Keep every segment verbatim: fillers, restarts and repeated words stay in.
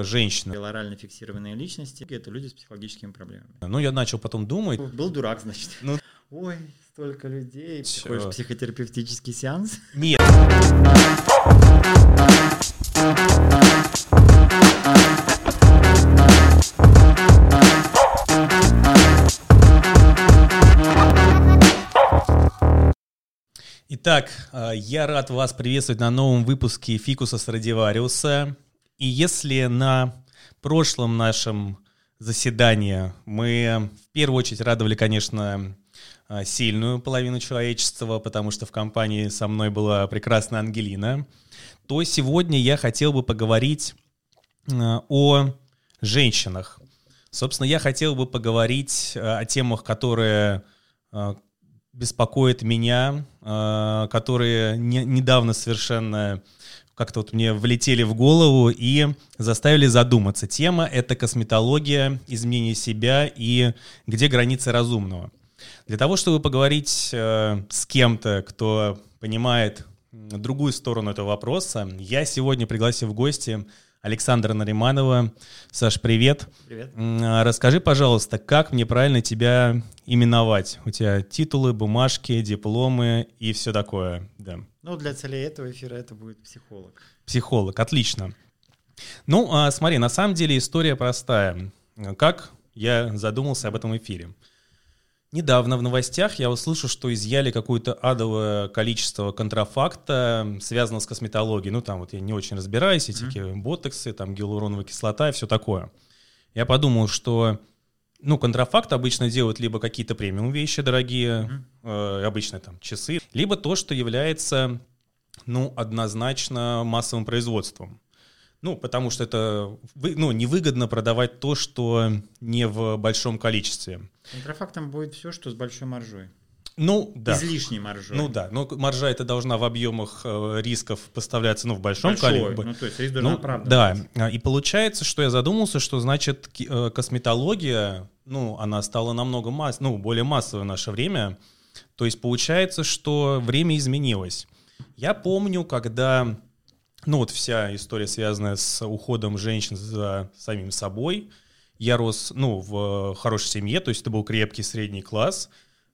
женщины. Орально фиксированные личности — это люди с психологическими проблемами. Ну, я начал потом думать. Был дурак, значит. Ну, Ой, столько людей. Чё? Приходишь в психотерапевтический сеанс? Нет. Итак, я рад вас приветствовать на новом выпуске Фикуса Страдивариуса. И если на прошлом нашем заседании мы в первую очередь радовали, конечно, сильную половину человечества, потому что в компании со мной была прекрасная Ангелина, то сегодня я хотел бы поговорить о женщинах. Собственно, я хотел бы поговорить о темах, которые беспокоят меня, которые не, недавно совершенно как-то вот мне влетели в голову и заставили задуматься. Тема — это косметология, изменение себя и где границы разумного. Для того, чтобы поговорить э, с кем-то, кто понимает другую сторону этого вопроса, я сегодня пригласил в гости Александра Нариманова. Саш, привет. Привет. Расскажи, пожалуйста, как мне правильно тебя именовать? У тебя титулы, бумажки, дипломы и все такое. Да. Ну, для целей этого эфира это будет психолог. Психолог, отлично. Ну, а, смотри, на самом деле история простая. Как я задумался об этом эфире? Недавно в новостях я услышал, что изъяли какое-то адовое количество контрафакта, связанного с косметологией. Ну, там вот я не очень разбираюсь, эти mm-hmm. ботоксы, там гиалуроновая кислота и все такое. Я подумал, что, ну, контрафакт обычно делают либо какие-то премиум вещи дорогие, mm-hmm. э, обычно там часы, либо то, что является, ну, однозначно массовым производством. Ну, потому что это, ну, невыгодно продавать то, что не в большом количестве. Контрафактом будет все, что с большой маржой. Ну, да. Излишней маржой. Ну, да. Но маржа это должна в объемах э, рисков поставляться, ну, в большом количестве. Ну, то есть риск должен ну, оправдываться. Да. И получается, что я задумался, что, значит, косметология, ну, она стала намного масс... ну, более массовой в наше время. То есть получается, что время изменилось. Я помню, когда... Ну, вот вся история, связанная с уходом женщин за самим собой. Я рос, ну, в хорошей семье, то есть это был крепкий средний класс.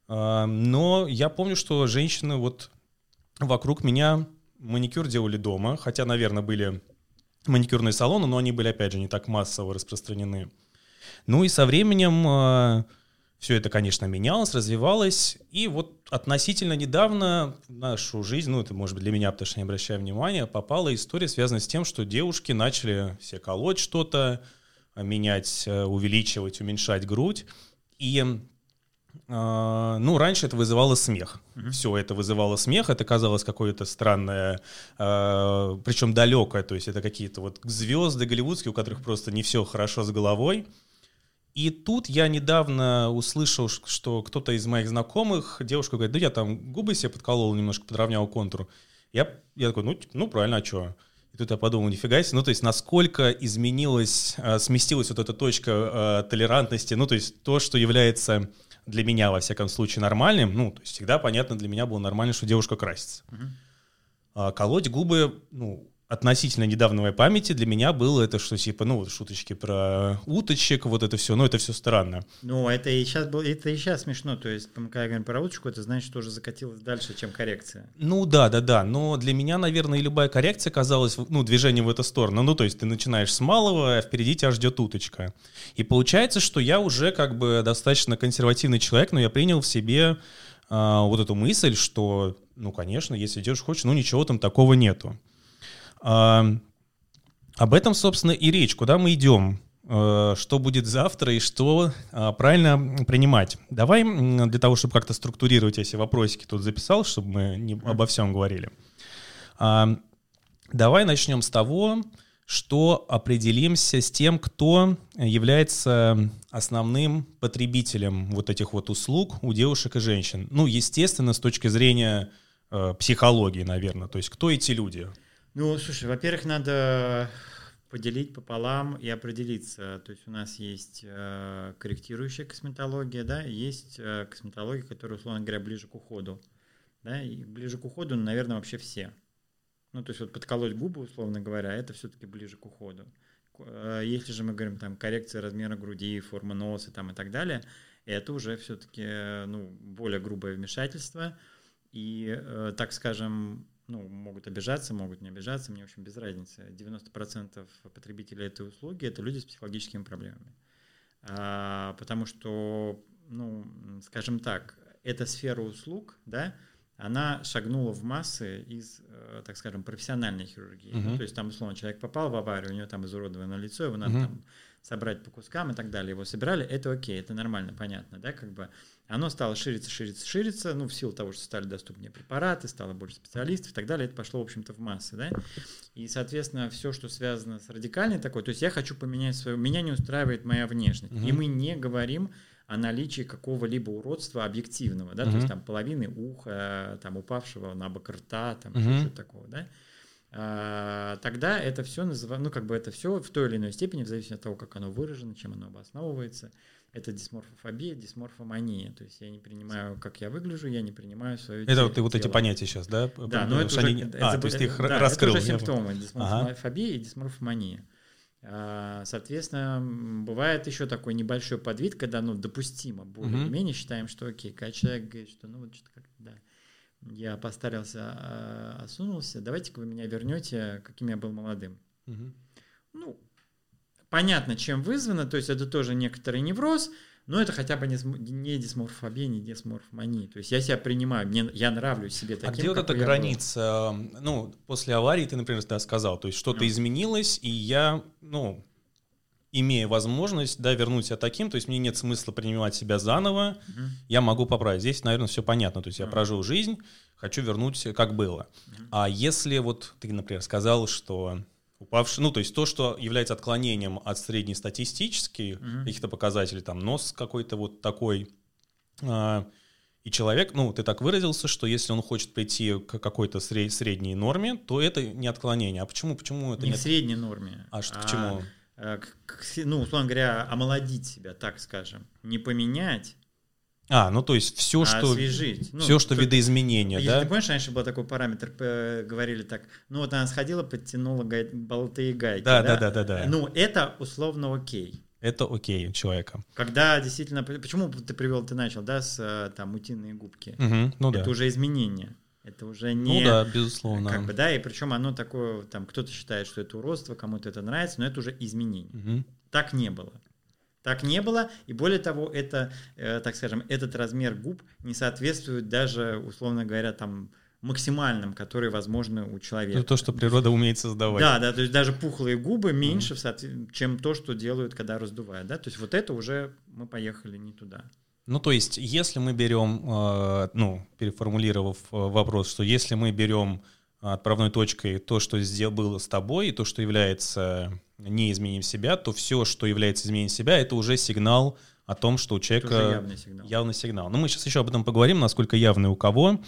Но я помню, что женщины вот вокруг меня маникюр делали дома, хотя, наверное, были маникюрные салоны, но они были, опять же, не так массово распространены. Ну и со временем... Все это, конечно, менялось, развивалось, и вот относительно недавно в нашу жизнь, ну, это, может быть, для меня, потому что не обращаю внимания, попала история, связанная с тем, что девушки начали все колоть что-то, менять, увеличивать, уменьшать грудь, и, э, ну, раньше это вызывало смех. Mm-hmm. Все это вызывало смех, это казалось какое-то странное, э, причем далекое, то есть это какие-то вот звезды голливудские, у которых просто не все хорошо с головой. И тут я недавно услышал, что кто-то из моих знакомых, девушка говорит, да я там губы себе подколол, немножко подровнял контур. Я, я такой, ну, ну правильно, а что? И тут я подумал, нифига себе, ну то есть насколько изменилась, сместилась вот эта точка э, толерантности, ну то есть то, что является для меня, во всяком случае, нормальным, ну то есть всегда понятно, для меня было нормально, что девушка красится. Uh-huh. А колоть губы, ну... Относительно недавней памяти для меня было это, что типа, ну, вот шуточки про уточек, вот это все, ну, это все странно. Ну, это и сейчас было, это и сейчас смешно, то есть, когда я говорю про уточку, это значит, что уже закатилось дальше, чем коррекция. Ну, да, да, да, но для меня, наверное, и любая коррекция казалась, ну, движением в эту сторону, ну, то есть ты начинаешь с малого, а впереди тебя ждет уточка. И получается, что я уже как бы достаточно консервативный человек, но я принял в себе а, вот эту мысль, что, ну, конечно, если девушка хочет, ну, ничего там такого нету. Uh, об этом, собственно, и речь. Куда мы идем, uh, что будет завтра и что uh, правильно принимать. Давай для того, чтобы как-то структурировать эти вопросики, тут записал, чтобы мы не обо всем говорили. Uh, давай начнем с того, что определимся с тем, кто является основным потребителем вот этих вот услуг у девушек и женщин. Ну, естественно, с точки зрения uh, психологии, наверное. То есть кто эти люди? Ну, слушай, во-первых, надо поделить пополам и определиться. То есть у нас есть э, корректирующая косметология, да, и есть э, косметология, которая, условно говоря, ближе к уходу. Да, и ближе к уходу, наверное, вообще все. Ну, то есть вот подколоть губы, условно говоря, это все-таки ближе к уходу. Если же мы говорим там коррекция размера груди, формы носа там, и так далее, это уже все-таки ну, более грубое вмешательство. И, э, так скажем, ну, могут обижаться, могут не обижаться, мне, в общем, без разницы. девяносто процентов потребителей этой услуги — это люди с психологическими проблемами. А, потому что, ну, скажем так, эта сфера услуг, да, она шагнула в массы из, э, так скажем, профессиональной хирургии. Uh-huh. Ну, то есть там, условно, человек попал в аварию, у него там изуродованное лицо, его надо uh-huh. там собрать по кускам и так далее. Его собирали, это окей, это нормально, понятно, да, как бы оно стало шириться, шириться, шириться, ну, в силу того, что стали доступнее препараты, стало больше специалистов и так далее, это пошло, в общем-то, в массы, да, и, соответственно, все, что связано с радикальной такой, то есть я хочу поменять свою, меня не устраивает моя внешность, uh-huh. и мы не говорим о наличии какого-либо уродства объективного, да, uh-huh. то есть там половины уха, там упавшего на бок рта, там uh-huh. что-то такого, да, а, тогда это все называется, ну, как бы это все в той или иной степени, в зависимости от того, как оно выражено, чем оно обосновывается, это дисморфофобия, дисморфомания, то есть я не принимаю, как я выгляжу, я не принимаю свое тело. Это ты вот эти понятия сейчас, да? Да, но это уже, они... это, а, это, то есть ты их да, раскрыл. Это уже симптомы дисморфофобии ага. и дисморфомания. Соответственно, бывает еще такой небольшой подвид, когда, ну, допустимо более-менее, uh-huh. считаем, что окей, когда человек говорит, что, ну, вот что-то как-то, да, я постарился, осунулся, давайте-ка вы меня вернете, каким я был молодым. Uh-huh. Ну, понятно, чем вызвано, то есть это тоже некоторый невроз, но это хотя бы не, не дисморфобия, не дисморфомания. То есть я себя принимаю, мне, я нравлюсь себе таким, а где вот эта граница? Был. Ну, после аварии ты, например, да, сказал, то есть что-то no. изменилось, и я, ну, имея возможность, да, вернуть себя таким, то есть мне нет смысла принимать себя заново, uh-huh. я могу поправить. Здесь, наверное, все понятно. То есть uh-huh. я прожил жизнь, хочу вернуть, как было. Uh-huh. А если вот ты, например, сказал, что... упавший, ну, то есть то, что является отклонением от среднестатистических uh-huh. каких-то показателей, там, нос какой-то вот такой, а, и человек, ну, ты так выразился, что если он хочет прийти к какой-то сред- средней норме, то это не отклонение. А почему, почему это не не... в средней норме. А что, а, к чему? А, к, к, ну, условно говоря, омолодить себя, так скажем. Не поменять, А, ну то есть все, а что, освежить. все, ну, что то, видоизменения, если да? ты помнишь, раньше был такой параметр, говорили так, ну вот она сходила, подтянула гай, болты и гайки. Да, да? да, да, да, да. Ну, это условно окей. Это окей человека. Когда действительно... Почему ты привел, ты начал, да, с там утиные губки? Угу, ну это да. уже изменение. Это уже не... Ну да, безусловно. Как бы, да, и причем оно такое, там, кто-то считает, что это уродство, кому-то это нравится, но это уже изменение. Угу. Так не было. Так не было, и более того, это, э, так скажем, этот размер губ не соответствует даже, условно говоря, там, максимальным, которые возможны у человека. Это то, что природа умеет создавать. Да, да, то есть даже пухлые губы меньше, mm-hmm. чем то, что делают, когда раздувают, да, то есть вот это уже мы поехали не туда. Ну, то есть, если мы берем, э, ну, переформулировав вопрос, что если мы берем отправной точкой то, что сдел- было с тобой, и то, что является не изменением себя, то все, что является изменением себя, это уже сигнал о том, что у человека... Это уже явный сигнал. Явный сигнал. Но мы сейчас еще об этом поговорим, насколько явный у кого.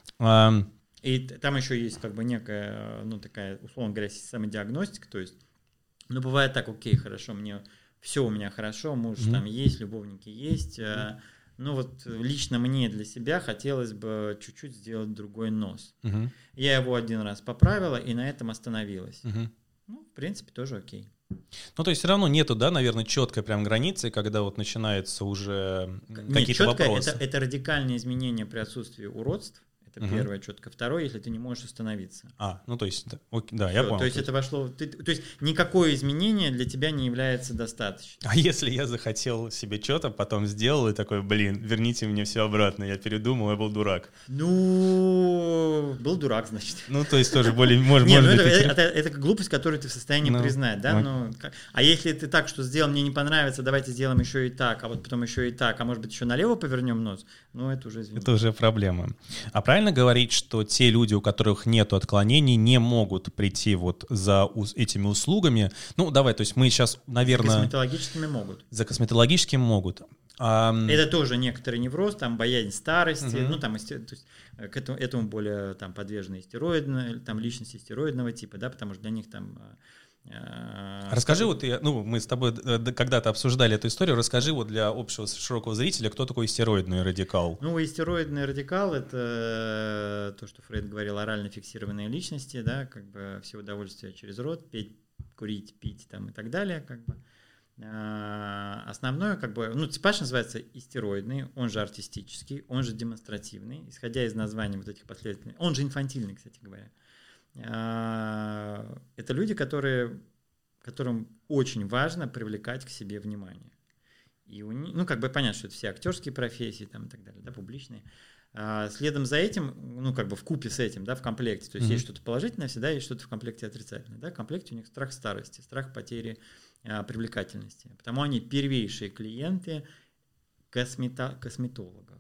И там еще есть как бы некая, ну, такая, условно говоря, самодиагностика, то есть, ну, бывает так, окей, хорошо, мне все у меня хорошо, муж mm-hmm. там есть, любовники есть, mm-hmm. ну, вот лично мне для себя хотелось бы чуть-чуть сделать другой нос. Mm-hmm. Я его один раз поправила, и на этом остановилась. Mm-hmm. Ну, в принципе, тоже окей. Ну, то есть все равно нету, да, наверное, четкой прям границы, когда вот начинаются уже Нет, какие-то четко вопросы. Это, это радикальные изменения при отсутствии уродств. Это угу. первое четко. Второе, если ты не можешь остановиться. А, ну то есть, да, окей, да я Все, понял. То есть это вошло... Ты, то есть никакое изменение для тебя не является достаточным. А если я захотел себе что-то, потом сделал и такой, блин, верните мне все обратно, я передумал, я был дурак. Ну, был дурак, значит. Ну, то есть тоже более... Может, Нет, может ну быть, это, это, это глупость, которую ты в состоянии ну, признать, да? Вот. Ну, как... А если ты так, что сделал, мне не понравится, давайте сделаем еще и так, а вот потом еще и так, а может быть еще налево повернем нос, ну это уже, извините. Это уже проблема. А правильно говорить, что те люди, у которых нет отклонений, не могут прийти вот за этими услугами? Ну, давай, то есть мы сейчас, наверное... За косметологическими могут. За косметологическими могут. А... Это тоже некоторый невроз, там боязнь старости, угу. ну там то есть, к этому, этому более там подвержены стероидные, там личности стероидного типа, да, потому что для них там... Расскажи, вот, ну, мы с тобой когда-то обсуждали эту историю, расскажи вот для общего широкого зрителя, кто такой стероидный радикал? Ну, стероидный радикал — это то, что Фрейд говорил, орально фиксированные личности, да, как бы все удовольствия через рот, петь курить, пить там, и так далее. Как бы. Основное, как бы, ну, типаж называется истероидный, он же артистический, он же демонстративный, исходя из названий вот этих последовательных, он же инфантильный, кстати говоря. Это люди, которые, которым очень важно привлекать к себе внимание. И у них, ну, как бы понятно, что это все актерские профессии там, и так далее, да, публичные. А следом за этим, ну, как бы вкупе с этим, да, в комплекте, то есть mm-hmm. есть что-то положительное, всегда есть что-то в комплекте отрицательное, да, в комплекте у них страх старости, страх потери а, привлекательности, потому они первейшие клиенты космета, косметологов,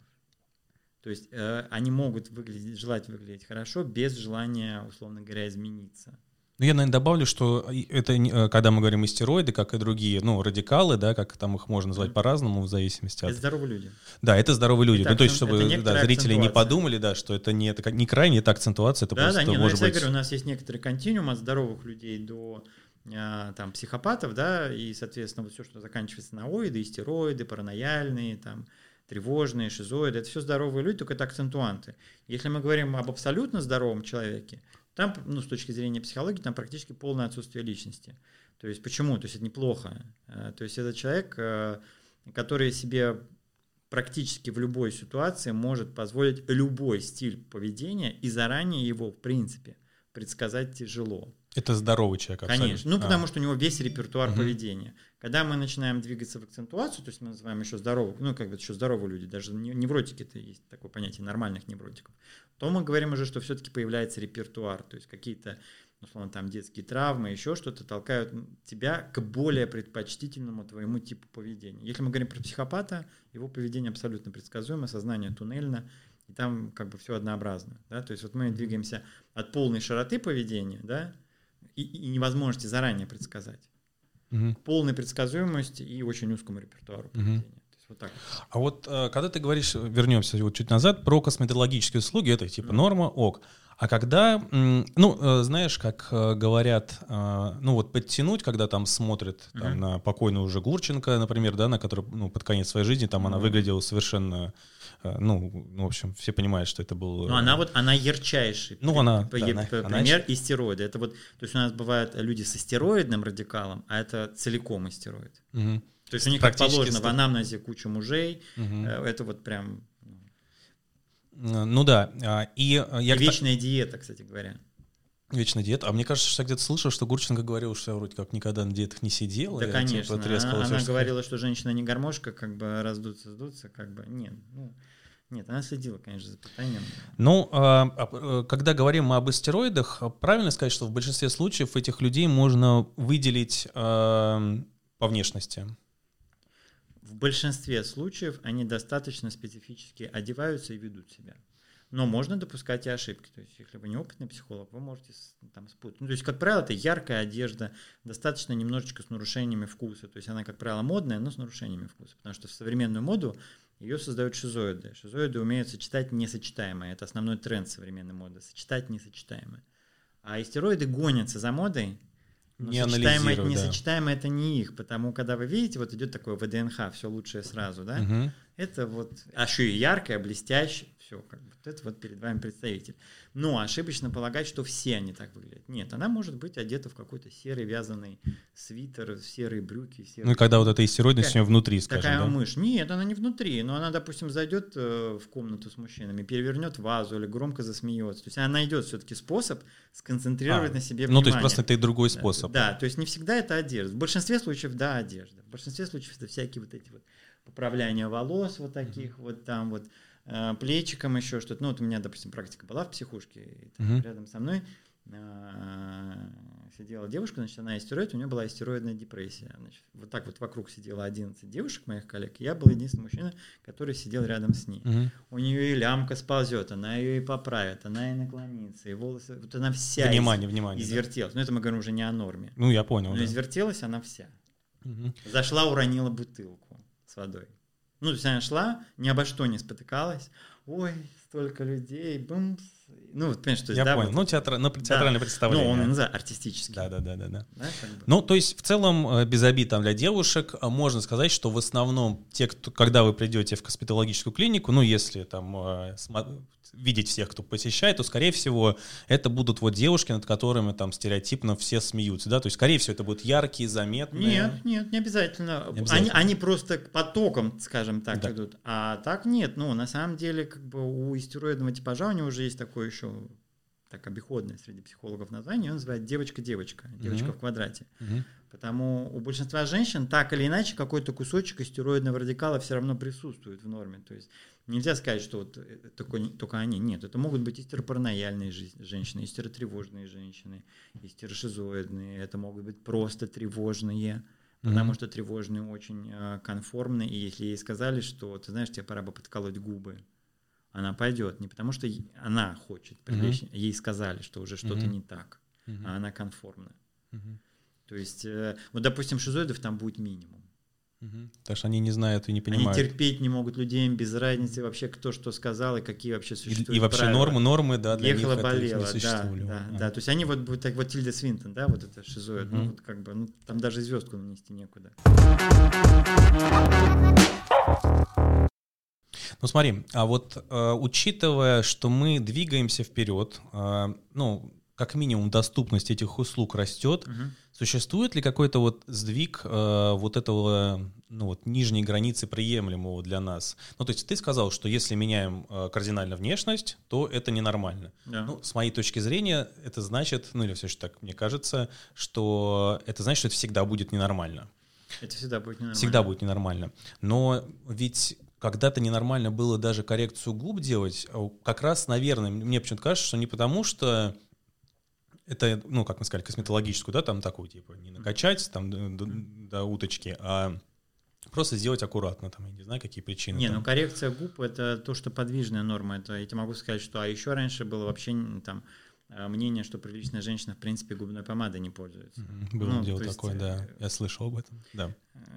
то есть э, они могут выглядеть, желать выглядеть хорошо без желания, условно говоря, измениться. Ну, я, наверное, добавлю, что это, когда мы говорим стероиды, как и другие, ну, радикалы, да, как там их можно назвать mm-hmm. по-разному, в зависимости от... Это здоровые люди. Да, это здоровые люди. Это ну, то есть, чтобы да, зрители не подумали, да, что это не, это не крайняя это акцентуация, это да, просто да, не, может ну, быть... Я говорю, у нас есть некоторый континуум от здоровых людей до там, психопатов, да, и, соответственно, вот все, что заканчивается на оиды, стероиды, паранояльные, там, тревожные, шизоиды, это все здоровые люди, только это акцентуанты. Если мы говорим об абсолютно здоровом человеке, там, ну, с точки зрения психологии, там практически полное отсутствие личности. То есть почему? То есть это неплохо. То есть это человек, который себе практически в любой ситуации может позволить любой стиль поведения, и заранее его, в принципе, предсказать тяжело. Это здоровый человек, абсолютно. Конечно. Ну, а. потому что у него весь репертуар угу. поведения. Когда мы начинаем двигаться в акцентуацию, то есть мы называем еще здоровых, ну, как бы еще здоровые люди, даже невротики, это есть такое понятие нормальных невротиков, то мы говорим уже, что все-таки появляется репертуар, то есть какие-то, условно, там детские травмы, еще что-то толкают тебя к более предпочтительному твоему типу поведения. Если мы говорим про психопата, его поведение абсолютно предсказуемо, сознание туннельно, и там как бы все однообразно. Да? То есть вот мы двигаемся от полной широты поведения, да, и, и невозможности заранее предсказать, угу. к полной предсказуемости и очень узкому репертуару поведения. Угу. Вот так. А вот когда ты говоришь, вернемся вот чуть назад, про косметологические услуги, это типа норма, ок. А когда, ну, знаешь, как говорят, ну вот подтянуть, когда там смотрят там, uh-huh. на покойную уже Гурченко, например, да, на которой, ну, под конец своей жизни, там uh-huh. она выглядела совершенно, ну, в общем, все понимают, что это был... Ну, она вот, она ярчайший ну, она, п- да, п- она, пример она... и стероиды. Это вот, то есть у нас бывают люди со стероидным радикалом, а это целиком и стероид. Uh-huh. То есть у них, как положено, ст... в анамнезе куча мужей, uh-huh. это вот прям... Ну да. И, я... и вечная диета, кстати говоря. Вечная диета. А мне кажется, что я где-то слышал, что Гурченко говорила, что я вроде как никогда на диетах не сидела. Да, конечно. Типа, она она говорила, что женщина не гармошка, как бы раздуться, сдуться, как бы нет. Ну, нет, она следила, конечно, за питанием. Ну, а, когда говорим об стероидах, правильно сказать, что в большинстве случаев этих людей можно выделить а, по внешности? В большинстве случаев они достаточно специфически одеваются и ведут себя. Но можно допускать и ошибки. То есть, если вы неопытный психолог, вы можете там спутать. Ну, то есть, как правило, это яркая одежда, достаточно немножечко с нарушениями вкуса. То есть, она, как правило, модная, но с нарушениями вкуса. Потому что в современную моду ее создают шизоиды. Шизоиды умеют сочетать несочетаемое. Это основной тренд современной моды. Сочетать несочетаемое. А истероиды гонятся за модой. Но не сочетаемое, да. несочетаемое это не их, потому когда вы видите, вот идет такое ВДНХ, все лучшее сразу, да, угу. это вот, а еще и яркое, блестящее, все, как бы, вот это вот перед вами представитель. Но ошибочно полагать, что все они так выглядят. Нет, она может быть одета в какой-то серый вязаный свитер, серые брюки. Серые... Ну и когда вот эта истероидность у нее внутри, скажем, такая да? мышь. Нет, она не внутри, но она, допустим, зайдет в комнату с мужчинами, перевернет вазу или громко засмеется. То есть она найдет все-таки способ сконцентрировать а, на себе внимание. Ну то есть просто это и другой способ. Да, да, то есть не всегда это одежда. В большинстве случаев, да, одежда. В большинстве случаев это всякие вот эти вот поправляния волос вот таких mm-hmm. вот там вот, э, плечиком еще что-то. Ну вот у меня, допустим, практика была в психушке, и там mm-hmm. рядом со мной э, сидела девушка, значит, она истероид, у нее была истероидная депрессия. Значит, вот так вот вокруг сидело одиннадцать девушек, моих коллег, и я был единственный мужчина, который сидел рядом с ней. Mm-hmm. У нее и лямка сползет, она ее и поправит, она и наклонится, и волосы, вот она вся внимание, из, внимание, извертелась. Да. Но это мы говорим уже не о норме. Ну, я понял. Но да. извертелась она вся. Mm-hmm. Зашла, уронила бутылку с водой. Ну, то есть она шла, ни обо что не спотыкалась. Ой, столько людей, бумс. Ну, вот, понимаешь, то есть, я да, понял. вот, ну, театр... ну, театральное да. представление. Ну, он, не знаю, артистический. Да, да, да, да, да. да как бы. Ну, то есть, в целом, без обид там для девушек, можно сказать, что в основном те, кто, когда вы придете в косметологическую клинику, ну, если там видеть всех, кто посещает, то, скорее всего, это будут вот девушки, над которыми там стереотипно все смеются, да, то есть, скорее всего, это будут яркие, заметные. Нет, нет, не обязательно. Не обязательно. Они, они просто потоком, скажем так, Да. идут. А так нет, ну, на самом деле, как бы у истероидного типажа у него уже есть такое еще так обиходное среди психологов название, он называет девочка-девочка, девочка Мгм. в квадрате. Мгм. Потому у большинства женщин так или иначе какой-то кусочек истероидного радикала все равно присутствует в норме. То есть нельзя сказать, что вот только, только они. Нет, это могут быть истеропаранояльные женщины, истеротревожные женщины, истерошизоидные, это могут быть просто тревожные, потому Мгм. что тревожные очень э, конформны, и если ей сказали, что, ты знаешь, тебе пора бы подколоть губы, она пойдет. Не потому что она хочет привлечь, Мгм. ей сказали, что уже что-то Мгм. не так, Мгм. а она конформна. Мгм. То есть, э, вот, допустим, шизоидов там будет минимум. Мгм. Потому что они не знают и не Они понимают. терпеть не могут людей, им без разницы вообще, кто что сказал и какие вообще И, существуют и вообще правила. нормы, нормы, да, для Ехала, них это болела, не да, существовали. да, А. да. То есть они вот будут так вот Тильда Свинтон, да, вот это шизоид, ну Мгм. вот как бы, ну там даже звездку нанести некуда. Ну смотри, а вот э, учитывая, что мы двигаемся вперед, э, ну, как минимум доступность этих услуг растет, Мгм. существует ли какой-то вот сдвиг э, вот этого, ну вот, нижней границы приемлемого для нас? Ну, то есть ты сказал, что если меняем э, кардинально внешность, то это ненормально. Да. Ну, с моей точки зрения, это значит, ну или все же так мне кажется, что это значит, что это всегда будет ненормально. Это всегда будет ненормально. Всегда будет ненормально. Но ведь когда-то ненормально было даже коррекцию губ делать, как раз, наверное, мне почему-то кажется, что не потому, что это, ну, как мы сказали, косметологическую, да, там такую, типа, не накачать там до, до, до уточки, а просто сделать аккуратно, там, я не знаю, какие причины. Не, там. ну коррекция губ — это то, что подвижная норма. Это я тебе могу сказать, что... А еще раньше было вообще там мнение, что приличная женщина, в принципе, губной помадой не пользуется. Mm-hmm. Было ну, дело есть, такое, да. Я слышал об этом, да.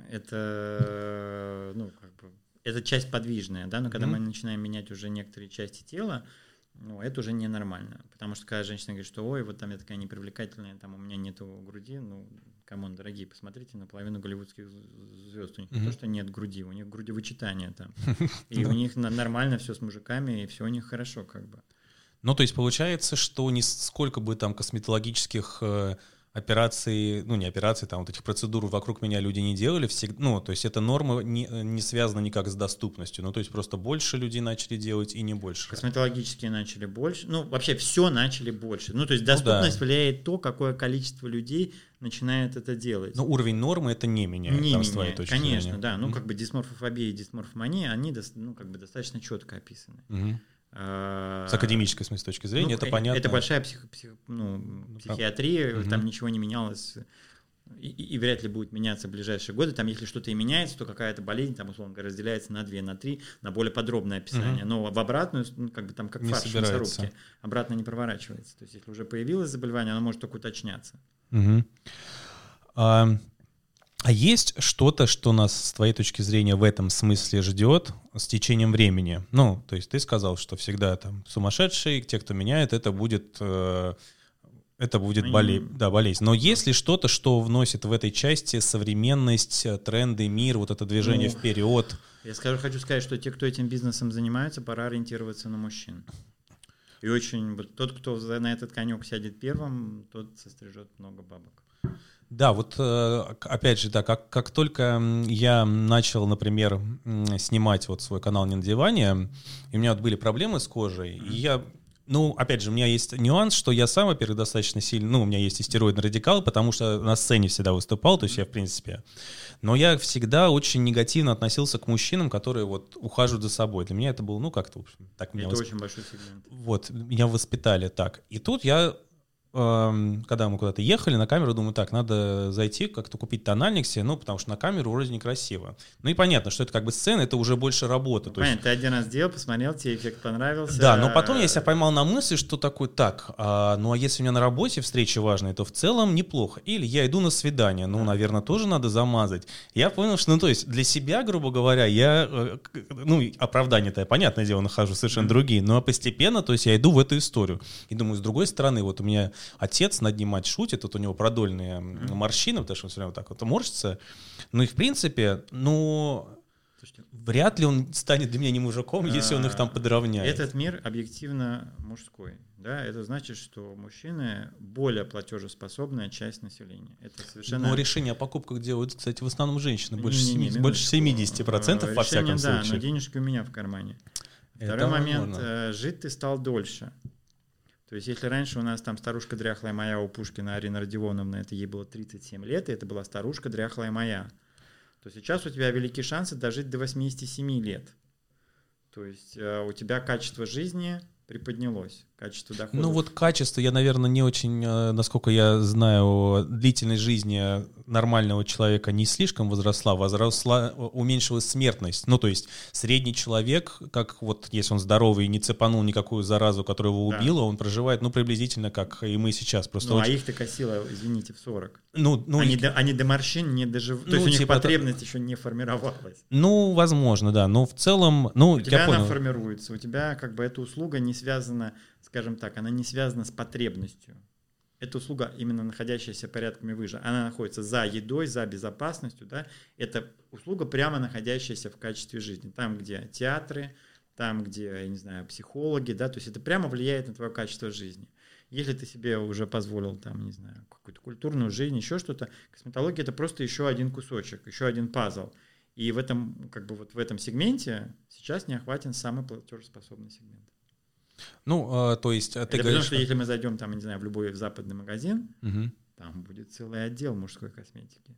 Это, ну, как бы, это часть подвижная, да, но когда mm-hmm. мы начинаем менять уже некоторые части тела, ну, это уже ненормально. Потому что когда женщина говорит, что ой, вот там я такая непривлекательная, там у меня нету груди, ну, камон, дорогие, посмотрите на половину голливудских звезд. У них mm-hmm. не то, что нет груди, у них грудевычитание там. И у них нормально все с мужиками, и все у них хорошо, как бы. Ну, то есть получается, что не сколько бы там косметологических э, операций, ну, не операций, там вот этих процедур вокруг меня люди не делали, всегда, ну, то есть эта норма не, не связана никак с доступностью, ну, то есть просто больше людей начали делать и не больше. Косметологические начали больше, ну, вообще все начали больше. Ну, то есть доступность ну, да. влияет то, какое количество людей начинает это делать. Но уровень нормы это не меняет, не там, меняет, с твоей точки конечно, зрения. да. Ну, mm-hmm. как бы дисморфофобия и дисморфомания, они, ну, как бы достаточно четко описаны. Mm-hmm. С академической, в смысле, точки зрения, ну, это понятно. Это большая псих, псих, ну, психиатрия, угу. там ничего не менялось и, и, и вряд ли будет меняться в ближайшие годы. Там, если что-то и меняется, то какая-то болезнь, там, условно говоря, разделяется на две, на три, на более подробное описание. Угу. Но в обратную, ну, как бы там как фарш в мясорубке, обратно не проворачивается. То есть, если уже появилось заболевание, оно может только уточняться. Угу. А... А есть что-то, что нас, с твоей точки зрения, в этом смысле ждет с течением времени? Ну, то есть ты сказал, что всегда там сумасшедшие, те, кто меняет, это будет, э, это будет боле... да, болезнь. Но есть ли что-то, что вносит в этой части современность, тренды, мир, вот это движение ну, вперед? Я скажу, хочу сказать, что те, кто этим бизнесом занимаются, пора ориентироваться на мужчин. И очень вот, тот, кто на этот конек сядет первым, тот сострижет много бабок. Да, вот опять же, да, как, как только я начал, например, снимать вот свой канал «Не на диване», и у меня вот были проблемы с кожей, mm-hmm. и я, ну, опять же, у меня есть нюанс, что я сам, во-первых, достаточно сильно, ну, у меня есть истероидный радикал, потому что на сцене всегда выступал, то есть я, в принципе, но я всегда очень негативно относился к мужчинам, которые вот ухаживают за собой. Для меня это было, ну, как-то, в общем, так меня... Это восп... очень большой сегмент. Вот, меня воспитали так. И тут я... когда мы куда-то ехали, на камеру, думаю, так, надо зайти, как-то купить тональник себе, ну, потому что на камеру вроде некрасиво. Ну и понятно, что это как бы сцена, это уже больше работа. Ну, то понятно, есть... ты один раз сделал, посмотрел, тебе эффект понравился. Да, но потом я себя поймал на мысли, что такой, так, а, ну а если у меня на работе встречи важные, то в целом неплохо. Или я иду на свидание, ну, наверное, тоже надо замазать. Я понял, что, ну, то есть для себя, грубо говоря, я, ну, оправдания-то, понятное дело, нахожу совершенно mm-hmm. другие, но постепенно, то есть я иду в эту историю. И думаю, с другой стороны, вот у меня отец над ним мать шутит, тут у него продольные mm-hmm. морщины, потому что он все время вот так вот морщится. Ну и в принципе, ну... Слушайте, вряд ли он станет для меня не мужиком, если он их там подровняет. Этот мир объективно мужской. Да? Это значит, что мужчины более платежеспособная часть населения. Это совершенно... Но решение о покупках делают, кстати, в основном женщины. Больше, Не, не, не, семьдесят, больше семьдесят процентов Решение, во всяком да, случае. но денежки у меня в кармане. Второй Это момент. возможно. Жить ты стал дольше. То есть, если раньше у нас там старушка дряхлая моя у Пушкина Арина Родионовна, это ей было тридцать семь лет, и это была старушка дряхлая моя, то сейчас у тебя великие шансы дожить до восьмидесяти семи лет. То есть э, у тебя качество жизни приподнялось, качество дохода. Ну вот качество, я, наверное, не очень, э, насколько я знаю, длительность жизни нормального человека не слишком возросла, возросла, уменьшилась смертность. Ну то есть средний человек, как вот если он здоровый и не цепанул никакую заразу, которая его убила, да. он проживает, ну приблизительно как и мы сейчас. Просто ну очень... а их-то косило, извините, в сорок. Ну, ну, они, их... до, они до морщин не доживут. То ну, есть у них типа потребность это... еще не формировалась. Ну, возможно, да. Но в целом, ну, у я тебя понял. она формируется. У тебя как бы эта услуга не связана, скажем так, она не связана с потребностью. Эта услуга, именно находящаяся порядками выше, она находится за едой, за безопасностью. Да? Это услуга, прямо находящаяся в качестве жизни. Там, где театры, там, где, я не знаю, психологи. Да? То есть это прямо влияет на твое качество жизни. Если ты себе уже позволил, там, не знаю, какую-то культурную жизнь, еще что-то, косметология — это просто еще один кусочек, еще один пазл. И в этом, как бы вот в этом сегменте сейчас не охватен самый платежеспособный сегмент. Ну, э, то есть... Ты это говоришь, потому, что если мы зайдем, там, не знаю, в любой западный магазин, угу. там будет целый отдел мужской косметики.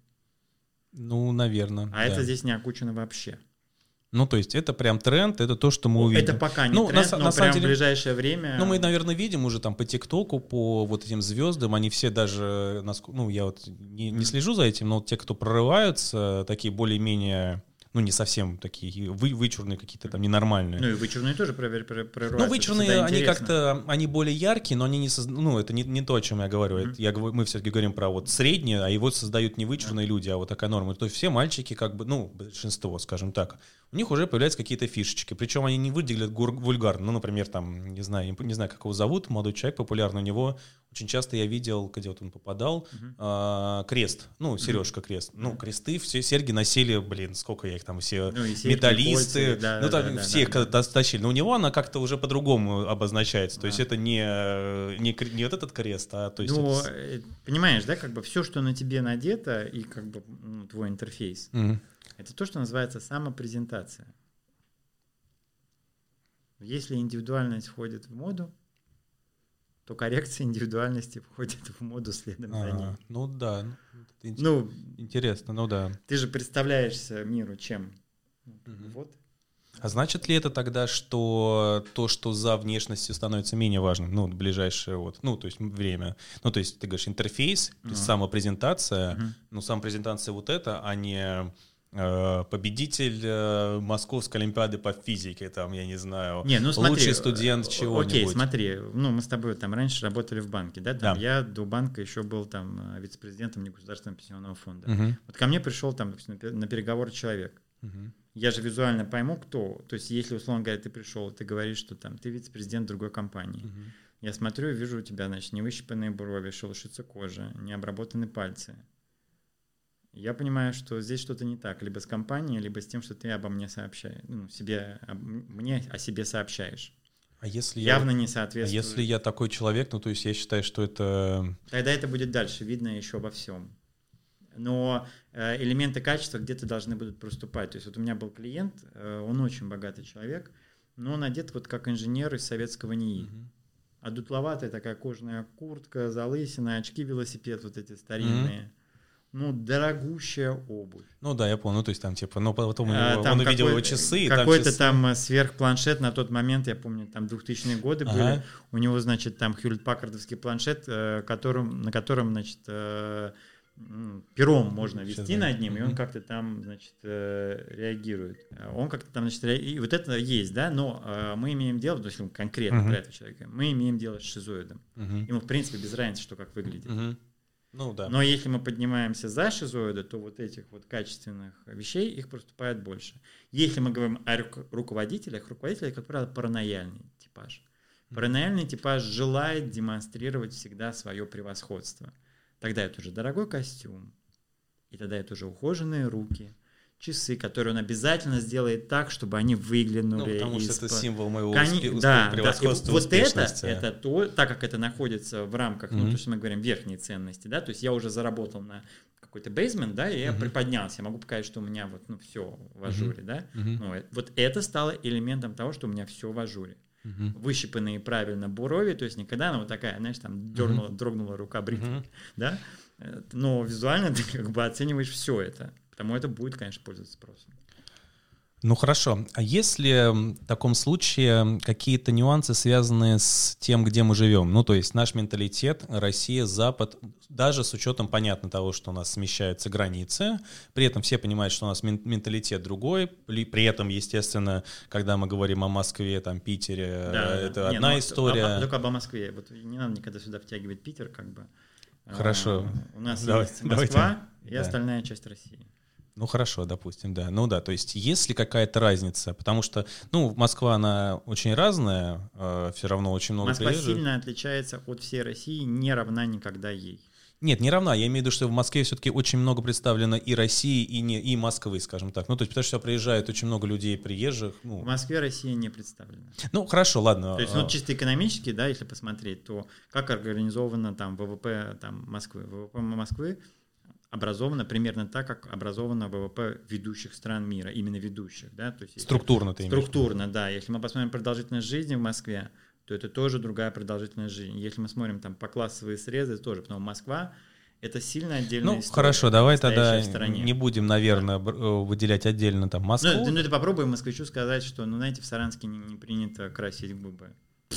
Ну, наверное. А да. это здесь не окучено вообще. Ну, то есть это прям тренд, это то, что мы увидим. Это пока не ну, тренд, на, но на прям деле, в ближайшее время... Ну, мы, наверное, видим уже там по ТикТоку, по вот этим звездам, они все даже, ну, я вот не, не слежу за этим, но вот те, кто прорываются, такие более-менее... Ну, не совсем такие вы, вычурные какие-то там ненормальные. Ну, и вычурные тоже прорываются. Ну, вычурные, они как-то, они более яркие, но они не создают, ну, это не, не то, о чем я говорю. Mm-hmm. Это, я, мы все-таки говорим про вот среднее, а его создают не вычурные mm-hmm. люди, а вот такая норма. То есть все мальчики, как бы, ну, большинство, скажем так, у них уже появляются какие-то фишечки. Причем они не выглядят вульгарно. Ну, например, там, не знаю, не знаю, как его зовут, молодой человек, популярный, у него очень часто я видел, где вот он попадал, uh-huh. а, крест, ну, сережка крест. Uh-huh. Ну, кресты, все серьги носили, блин, сколько я их там, все ну, серьги, металлисты, кольца, да, ну, там да, все да, их да, когда-то тащили. Но у него она как-то уже по-другому обозначается. То uh-huh. есть это не, не, не вот этот крест, а то есть... Ну, это... понимаешь, да, как бы все, что на тебе надето, и как бы ну, твой интерфейс, uh-huh. это то, что называется самопрезентация. Если индивидуальность входит в моду, то коррекция индивидуальности входит в моду следом а, за ней. Ну да. Это ну, интересно, ну да. Ты же представляешься миру чем? Угу. Вот. А значит ли это тогда, что то, что за внешностью становится менее важным, ну, в ближайшее вот, ну, то есть время, ну, то есть ты говоришь интерфейс, uh-huh. самопрезентация, uh-huh. ну, самопрезентация вот это, а не... победитель Московской олимпиады по физике, там, я не знаю, не, ну, смотри, лучший студент чего-нибудь. Окей, смотри, ну, мы с тобой там раньше работали в банке, да, там, да. я до банка еще был там вице-президентом негосударственного пенсионного фонда. Угу. Вот ко мне пришел там на переговоры человек. Угу. Я же визуально пойму, кто. То есть, если, условно говоря, ты пришел, ты говоришь, что там ты вице-президент другой компании. Угу. Я смотрю и вижу у тебя, значит, невыщипанные брови, шелушится кожа, не обработаны пальцы. Я понимаю, что здесь что-то не так, либо с компанией, либо с тем, что ты обо мне сообщаешь, ну, себе, об, мне о себе сообщаешь. А если явно я, не соответствует. А если я такой человек, ну то есть я считаю, что это... Тогда это будет дальше, видно еще во всем. Но э, элементы качества где-то должны будут проступать. То есть вот у меня был клиент, э, он очень богатый человек, но он одет вот как инженер из советского НИИ. Угу. А дутловатая такая кожаная куртка, залысина, очки велосипед вот эти старинные. Угу. Ну, дорогущая обувь. Ну да, я понял, ну то есть там типа, но потом а, него, там он увидел его часы. Какой-то там, там сверхпланшет на тот момент, я помню, там двухтысячные годы ага. были. У него, значит, там Хьюлетт-Паккардовский планшет, которым, на котором, значит, пером можно вести Сейчас, над ним, да. и он как-то там, значит, реагирует. Он как-то там, значит, реагирует. И вот это есть, да, но мы имеем дело, то есть конкретно uh-huh. про этого человека, мы имеем дело с шизоидом. Uh-huh. Ему, в принципе, без разницы, что как выглядит. Uh-huh. Ну, да. Но если мы поднимаемся за шизоида, то вот этих вот качественных вещей, их проступает больше. Если мы говорим о руководителях, руководители, как правило, паранояльный типаж. Паранояльный типаж желает демонстрировать всегда свое превосходство. Тогда это уже дорогой костюм, и тогда это уже ухоженные руки, часы, которые он обязательно сделает так, чтобы они выглянули. Ну, потому что из... это символ моего Кон... успе... да, превосходства, да. Вот это, успешности. это то, так как это находится в рамках, mm-hmm. ну, то, что мы говорим, верхней ценности, да, то есть я уже заработал на какой-то бейсмент, да, и я mm-hmm. приподнялся, я могу показать, что у меня вот, ну, все в ажуре, mm-hmm. да, mm-hmm. ну, вот это стало элементом того, что у меня все в ажуре. Uh-huh. Выщипанные правильно брови, то есть никогда она вот такая, знаешь, там дернула, uh-huh. дрогнула рука бритвы, uh-huh. да, но визуально ты как бы оцениваешь все это, потому это будет, конечно, пользоваться спросом. Ну хорошо, а если в таком случае какие-то нюансы, связанные с тем, где мы живем, ну то есть наш менталитет, Россия, Запад, даже с учетом, понятно, того, что у нас смещаются границы, при этом все понимают, что у нас менталитет другой, при этом, естественно, когда мы говорим о Москве, там, Питере, да, это да. одна не, ну, история. А, только об Москве, вот не надо никогда сюда втягивать Питер, как бы. Хорошо. А, у нас Давай, есть Москва давайте. и да. остальная часть России. Ну, хорошо, допустим, да. Ну да, то есть есть ли какая-то разница? Потому что, ну, Москва, она очень разная, э, все равно очень много Москва приезжих. сильно отличается от всей России, не равна никогда ей. Нет, не равна. Я имею в виду, что в Москве все-таки очень много представлено и России, и, не, и Москвы, скажем так. Ну, то есть, потому что приезжает очень много людей, приезжих. Ну. В Москве Россия не представлена. Ну, хорошо, ладно. То есть, ну, чисто экономически, да, если посмотреть, то как организовано там ВВП там, Москвы? ВВП Москвы образовано примерно так, как образовано ВВП ведущих стран мира, именно ведущих, да, то есть структурно ты имеешь? Структурно, да. Если мы посмотрим продолжительность жизни в Москве, то это тоже другая продолжительность жизни. Если мы смотрим там по классовые срезы, тоже, потому что Москва это сильно отдельная ну, история. Ну хорошо, давай тогда не будем, наверное, да. выделять отдельно там Москву. Ну, ну ты попробуй москвичу сказать, что, ну знаете, в Саранске не, не принято красить губы.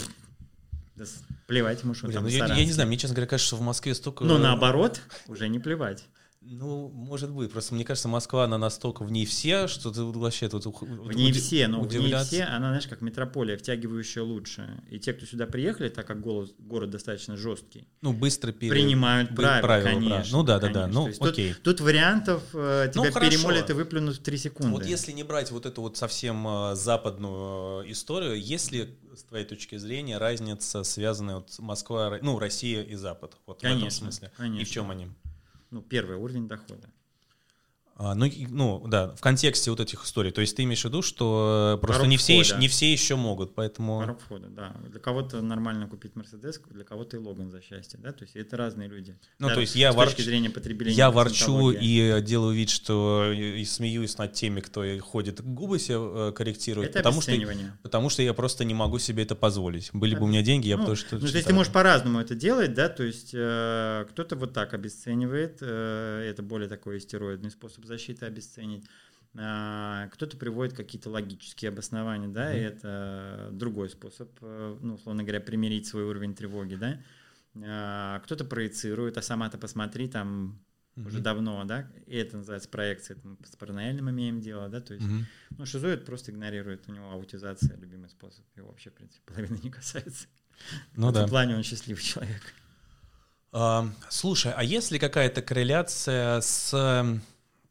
Да плевать ему, что Блин, там ну, в я, Саранске. я не знаю, мне, честно говоря, кажется, что в Москве столько... Ну, наоборот, уже не плевать. Ну, может быть. Просто мне кажется, Москва, она настолько в ней все, что ты вообще тут В ней уди- все, но удивляться. в ней все, она, знаешь, как метрополия, втягивающая лучше. И те, кто сюда приехали, так как голос, город достаточно жесткий, ну, быстро пере... принимают правила, правила, конечно. правила. Ну, да, да, да. Ну, окей. Тут, тут вариантов э, тебя ну, перемолят и выплюнут в три секунды. Вот если не брать вот эту вот совсем э, западную э, историю, есть ли, с твоей точки зрения, разница, связанная вот с Москва, ну, Россия и Запад? Вот конечно, в этом смысле. Конечно. И в чем они? Ну, первый уровень дохода. А, ну, ну, да, в контексте вот этих историй. То есть ты имеешь в виду, что просто Порог не все, входа. еще, не все еще могут, поэтому... Порог входа, да. Для кого-то нормально купить Мерседес, для кого-то и Логан за счастье, да, то есть это разные люди. Ну, да, то есть я, с ворч... точки зрения потребления я ворчу и делаю вид, что и смеюсь над теми, кто ходит, губы себе корректирует, это потому что, потому что я просто не могу себе это позволить. Были это... бы у меня деньги, я ну, бы тоже... Ну, то есть ты можешь по-разному это делать, да, то есть э, кто-то вот так обесценивает, э, это более такой стероидный способ защиты обесценивания. Кто-то приводит какие-то логические обоснования, да, mm-hmm. и это другой способ, ну, условно говоря, примирить свой уровень тревоги, да. Кто-то проецирует, а сама-то посмотри, там mm-hmm. уже давно, да, и это называется проекция, это мы с паранояльным имеем дело, да, то есть, mm-hmm. ну, шизоид просто игнорирует, у него аутизация, любимый способ, его вообще, в принципе, половина не касается. Ну, в да. этом плане он счастливый человек. А, слушай, а есть ли какая-то корреляция с...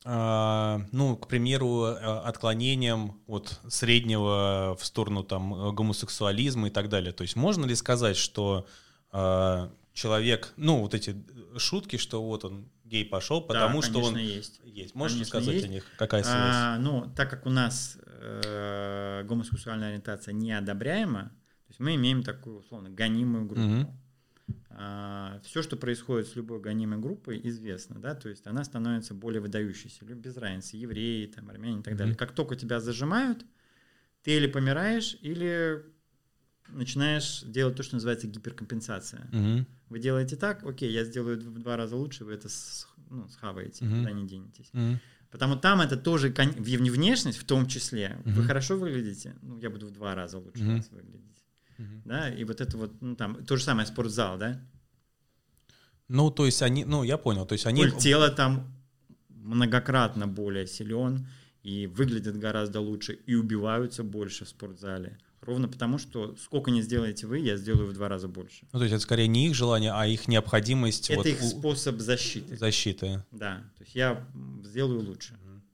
ну, к примеру, отклонением от среднего в сторону там гомосексуализма и так далее. То есть можно ли сказать, что э, человек, ну, вот эти шутки, что вот он гей пошел, потому да, что он есть. есть. Можешь конечно, сказать есть. о них? Какая связь? А, ну, так как у нас э, гомосексуальная ориентация неодобряема, то есть мы имеем такую, условно, гонимую группу. Mm-hmm. Uh, все, что происходит с любой гонимой группой, известно, да, то есть она становится более выдающейся, без разницы, евреи, там, армяне и так mm-hmm. далее. Как только тебя зажимают, ты или помираешь, или начинаешь делать то, что называется гиперкомпенсация. Mm-hmm. Вы делаете так, окей, я сделаю в два раза лучше, вы это с, ну, схаваете, mm-hmm. куда не денетесь. Mm-hmm. Потому там это тоже внешность в том числе. Mm-hmm. Вы хорошо выглядите, ну, я буду в два раза лучше mm-hmm. вас выглядеть. Uh-huh. Да, и вот это вот, ну, там, то же самое спортзал, да? Ну, то есть они, ну, я понял, то есть они... Культ тела там многократно более силен и выглядят гораздо лучше и убиваются больше в спортзале. Ровно потому, что сколько не сделаете вы, я сделаю в два раза больше. Ну, то есть это скорее не их желание, а их необходимость... Это вот их у... способ защиты. Защиты. Да, то есть я сделаю лучше.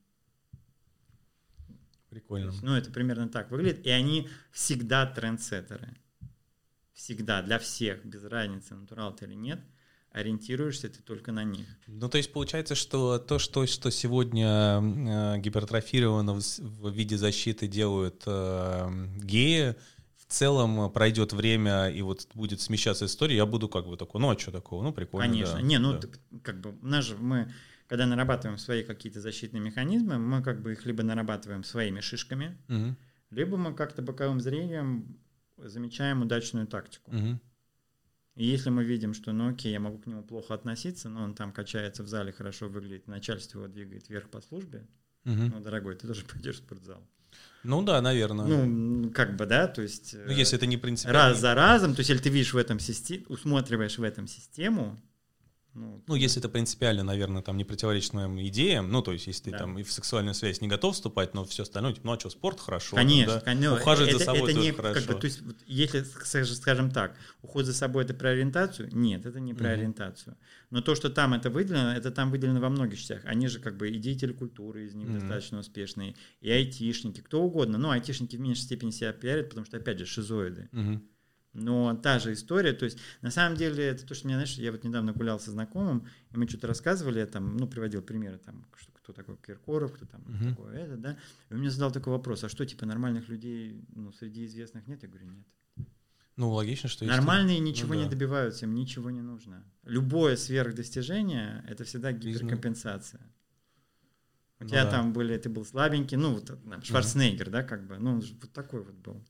Прикольно. Есть, ну, это примерно так выглядит. И они всегда трендсеттеры. Всегда, для всех, без разницы, натурал ты или нет. ориентируешься ты только на них. Ну, то есть получается, что то, что, что сегодня э, гипертрофировано в, в виде защиты делают э, геи, в целом пройдет время, и вот будет смещаться история, я буду как бы такой, ну, а что такого? Ну, прикольно, Конечно. Да, Не, ну, да. ты, как бы, у нас же мы, когда нарабатываем свои какие-то защитные механизмы, мы как бы их либо нарабатываем своими шишками, Угу. либо мы как-то боковым зрением замечаем удачную тактику. Угу. И если мы видим, что, ну окей, я могу к нему плохо относиться, но он там качается в зале, хорошо выглядит, начальство его двигает вверх по службе, Угу. ну, дорогой, ты тоже пойдешь в спортзал. Ну да, наверное. Ну, как бы, да, то есть... Ну, если это не принципиально. Раз за разом, то есть если ты видишь в этом системе, усматриваешь в этом систему... Ну, Ну, если это принципиально, наверное, там не противоречит моим идеям, ну, то есть, если Да. ты там и в сексуальную связь не готов вступать, но все остальное, типа, ну, а что, спорт хорошо. Конечно, да? конечно. Ухаживать это, за собой это тоже не, хорошо. Как бы, то есть, вот, если, скажем так, уход за собой — это про ориентацию? Нет, это не про Мгм. ориентацию. Но то, что там это выделено, это там выделено во многих частях. Они же как бы и деятели культуры из них Мгм. достаточно успешные, и айтишники, кто угодно. Ну, айтишники в меньшей степени себя пиарят, потому что, опять же, шизоиды. Мгм. Но та же история, то есть на самом деле это то, что меня, знаешь, я вот недавно гулял со знакомым, и мы что-то рассказывали, я там, ну, приводил примеры, там, что, кто такой Киркоров, кто там Мгм. такой это, да, и он мне задал такой вопрос, а что, типа, нормальных людей, ну, среди известных нет? Я говорю, нет. Ну, логично, что есть. Нормальные ничего ну, не да. добиваются, им ничего не нужно. Любое сверхдостижение — это всегда Изна- гиперкомпенсация. У Ну тебя да. там были, ты был слабенький, ну, вот там, Шварценеггер, да, как бы, ну, он же вот такой вот был.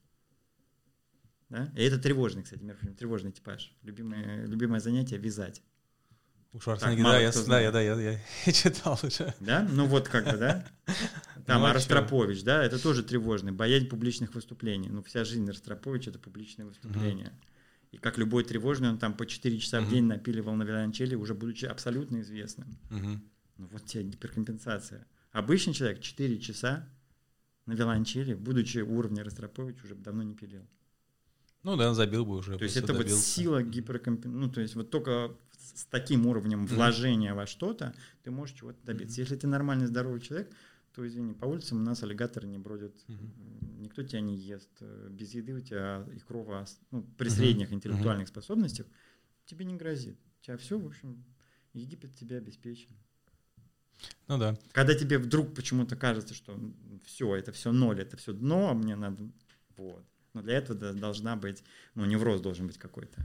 Да? И это тревожный, кстати, между прочим, тревожный типаж. Любимое, любимое занятие — вязать. У Шварценеггера, мало да, я, кто да, знает. я, да, я, я, я читал уже. Да? Ну вот как бы, да? Там Ну, а а чё? Ростропович, да, это тоже тревожный, боязнь публичных выступлений. Ну, вся жизнь Ростроповича — это публичные выступления. И как любой тревожный, он там по четыре часа в Мгм. день напиливал на виолончели, уже будучи абсолютно известным. Мгм. Ну вот тебе гиперкомпенсация. Обычный человек четыре часа на виолончели, будучи уровня Ростроповича, уже давно не пилил. Ну да, забил бы уже. То есть просто это вот добился. сила гиперкомпенсации. Ну, то есть вот только с таким уровнем вложения во что-то ты можешь чего-то добиться. Если ты нормальный, здоровый человек, то, извини, по улицам у нас аллигаторы не бродят, Мгм. никто тебя не ест. Без еды у тебя и крова, ну, при Мгм. средних интеллектуальных способностях тебе не грозит. У тебя все, в общем, Египет тебе обеспечен. Ну да. Когда тебе вдруг почему-то кажется, что все, это все ноль, это все дно, а мне надо... Вот. Но для этого да- должна быть, ну, невроз должен быть какой-то.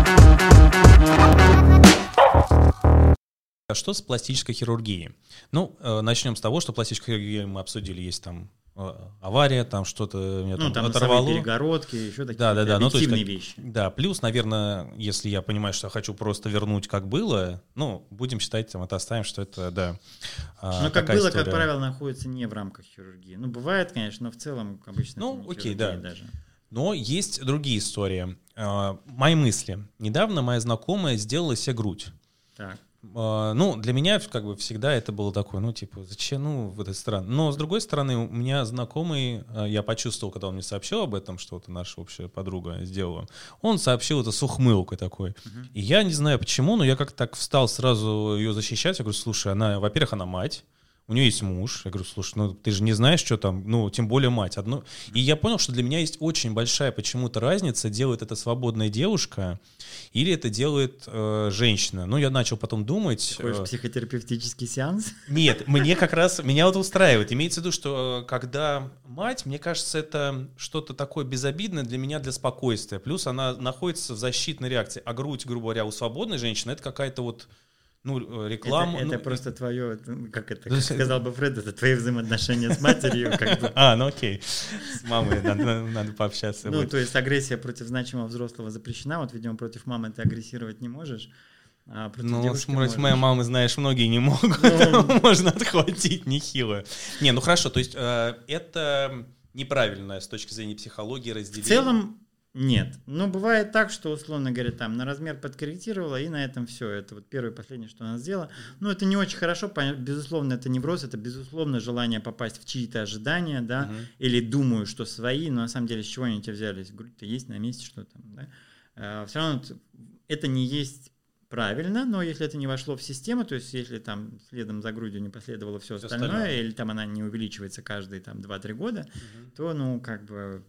А что с пластической хирургией? Ну, э, начнем с того, что пластическую хирургию мы обсудили, есть там э, авария, там что-то меня Ну, там там носовые оторвало. перегородки, еще такие Да, да, да. Ну, то есть объективные как- вещи. Да, плюс, наверное, если я понимаю, что я хочу просто вернуть, как было, ну, будем считать, там, это оставим, что это, да. а, Но как такая было, история. как правило, находится не в рамках хирургии. Ну, бывает, конечно, но в целом обычно Ну, это не окей, хирургия да. даже. Но есть другие истории. А, Мои мысли. Недавно моя знакомая сделала себе грудь. Так. А, Ну, для меня как бы всегда это было такое, ну, типа, зачем, ну, вот это странно. Но, с другой стороны, у меня знакомый, а, я почувствовал, когда он мне сообщил об этом, что это наша общая подруга сделала, он сообщил это с ухмылкой такой. Мгм. И я не знаю почему, но я как-то так встал сразу ее защищать. Я говорю, слушай, она, во-первых, она мать, у нее есть муж. Я говорю, слушай, ну ты же не знаешь, что там, ну, тем более мать. Одно... И я понял, что для меня есть очень большая почему-то разница, делает это свободная девушка или это делает э, женщина. Ну, я начал потом думать... Хочешь э, психотерапевтический сеанс? Нет, мне как раз, меня вот устраивает. Имеется в виду, что э, когда мать, мне кажется, это что-то такое безобидное для меня, для спокойствия. Плюс она находится в защитной реакции. А грудь, грубо говоря, у свободной женщины, это какая-то вот, ну, реклама. Это, ну, это просто твое, это, как это, Да, как сказал бы Фред, это твои взаимоотношения с матерью. Как бы. А, ну окей. С мамой надо, надо пообщаться. Ну, будет. то есть агрессия против значимого взрослого запрещена. Вот, видимо, против мамы ты агрессировать не можешь. А против Ну, девушки с против можешь. моей мамы, знаешь, многие не могут. Ну. Можно отхватить нехило. Не, ну хорошо, то есть э, это неправильно с точки зрения психологии В разделение. целом нет. Но бывает так, что, условно говоря, там на размер подкорректировала, и на этом все. Это вот первое и последнее, что она сделала. Ну, это не очень хорошо. понятно, Безусловно, это невроз, это, безусловно, желание попасть в чьи-то ожидания, да, Мгм. или думаю, что свои, но на самом деле с чего они у тебя взялись? Грудь-то есть на месте, что там, да. Все равно т- это не есть правильно, но если это не вошло в систему, то есть если там следом за грудью не последовало все Всё остальное, остальное. или там она не увеличивается каждые там два-три года, Мгм. то, ну, как бы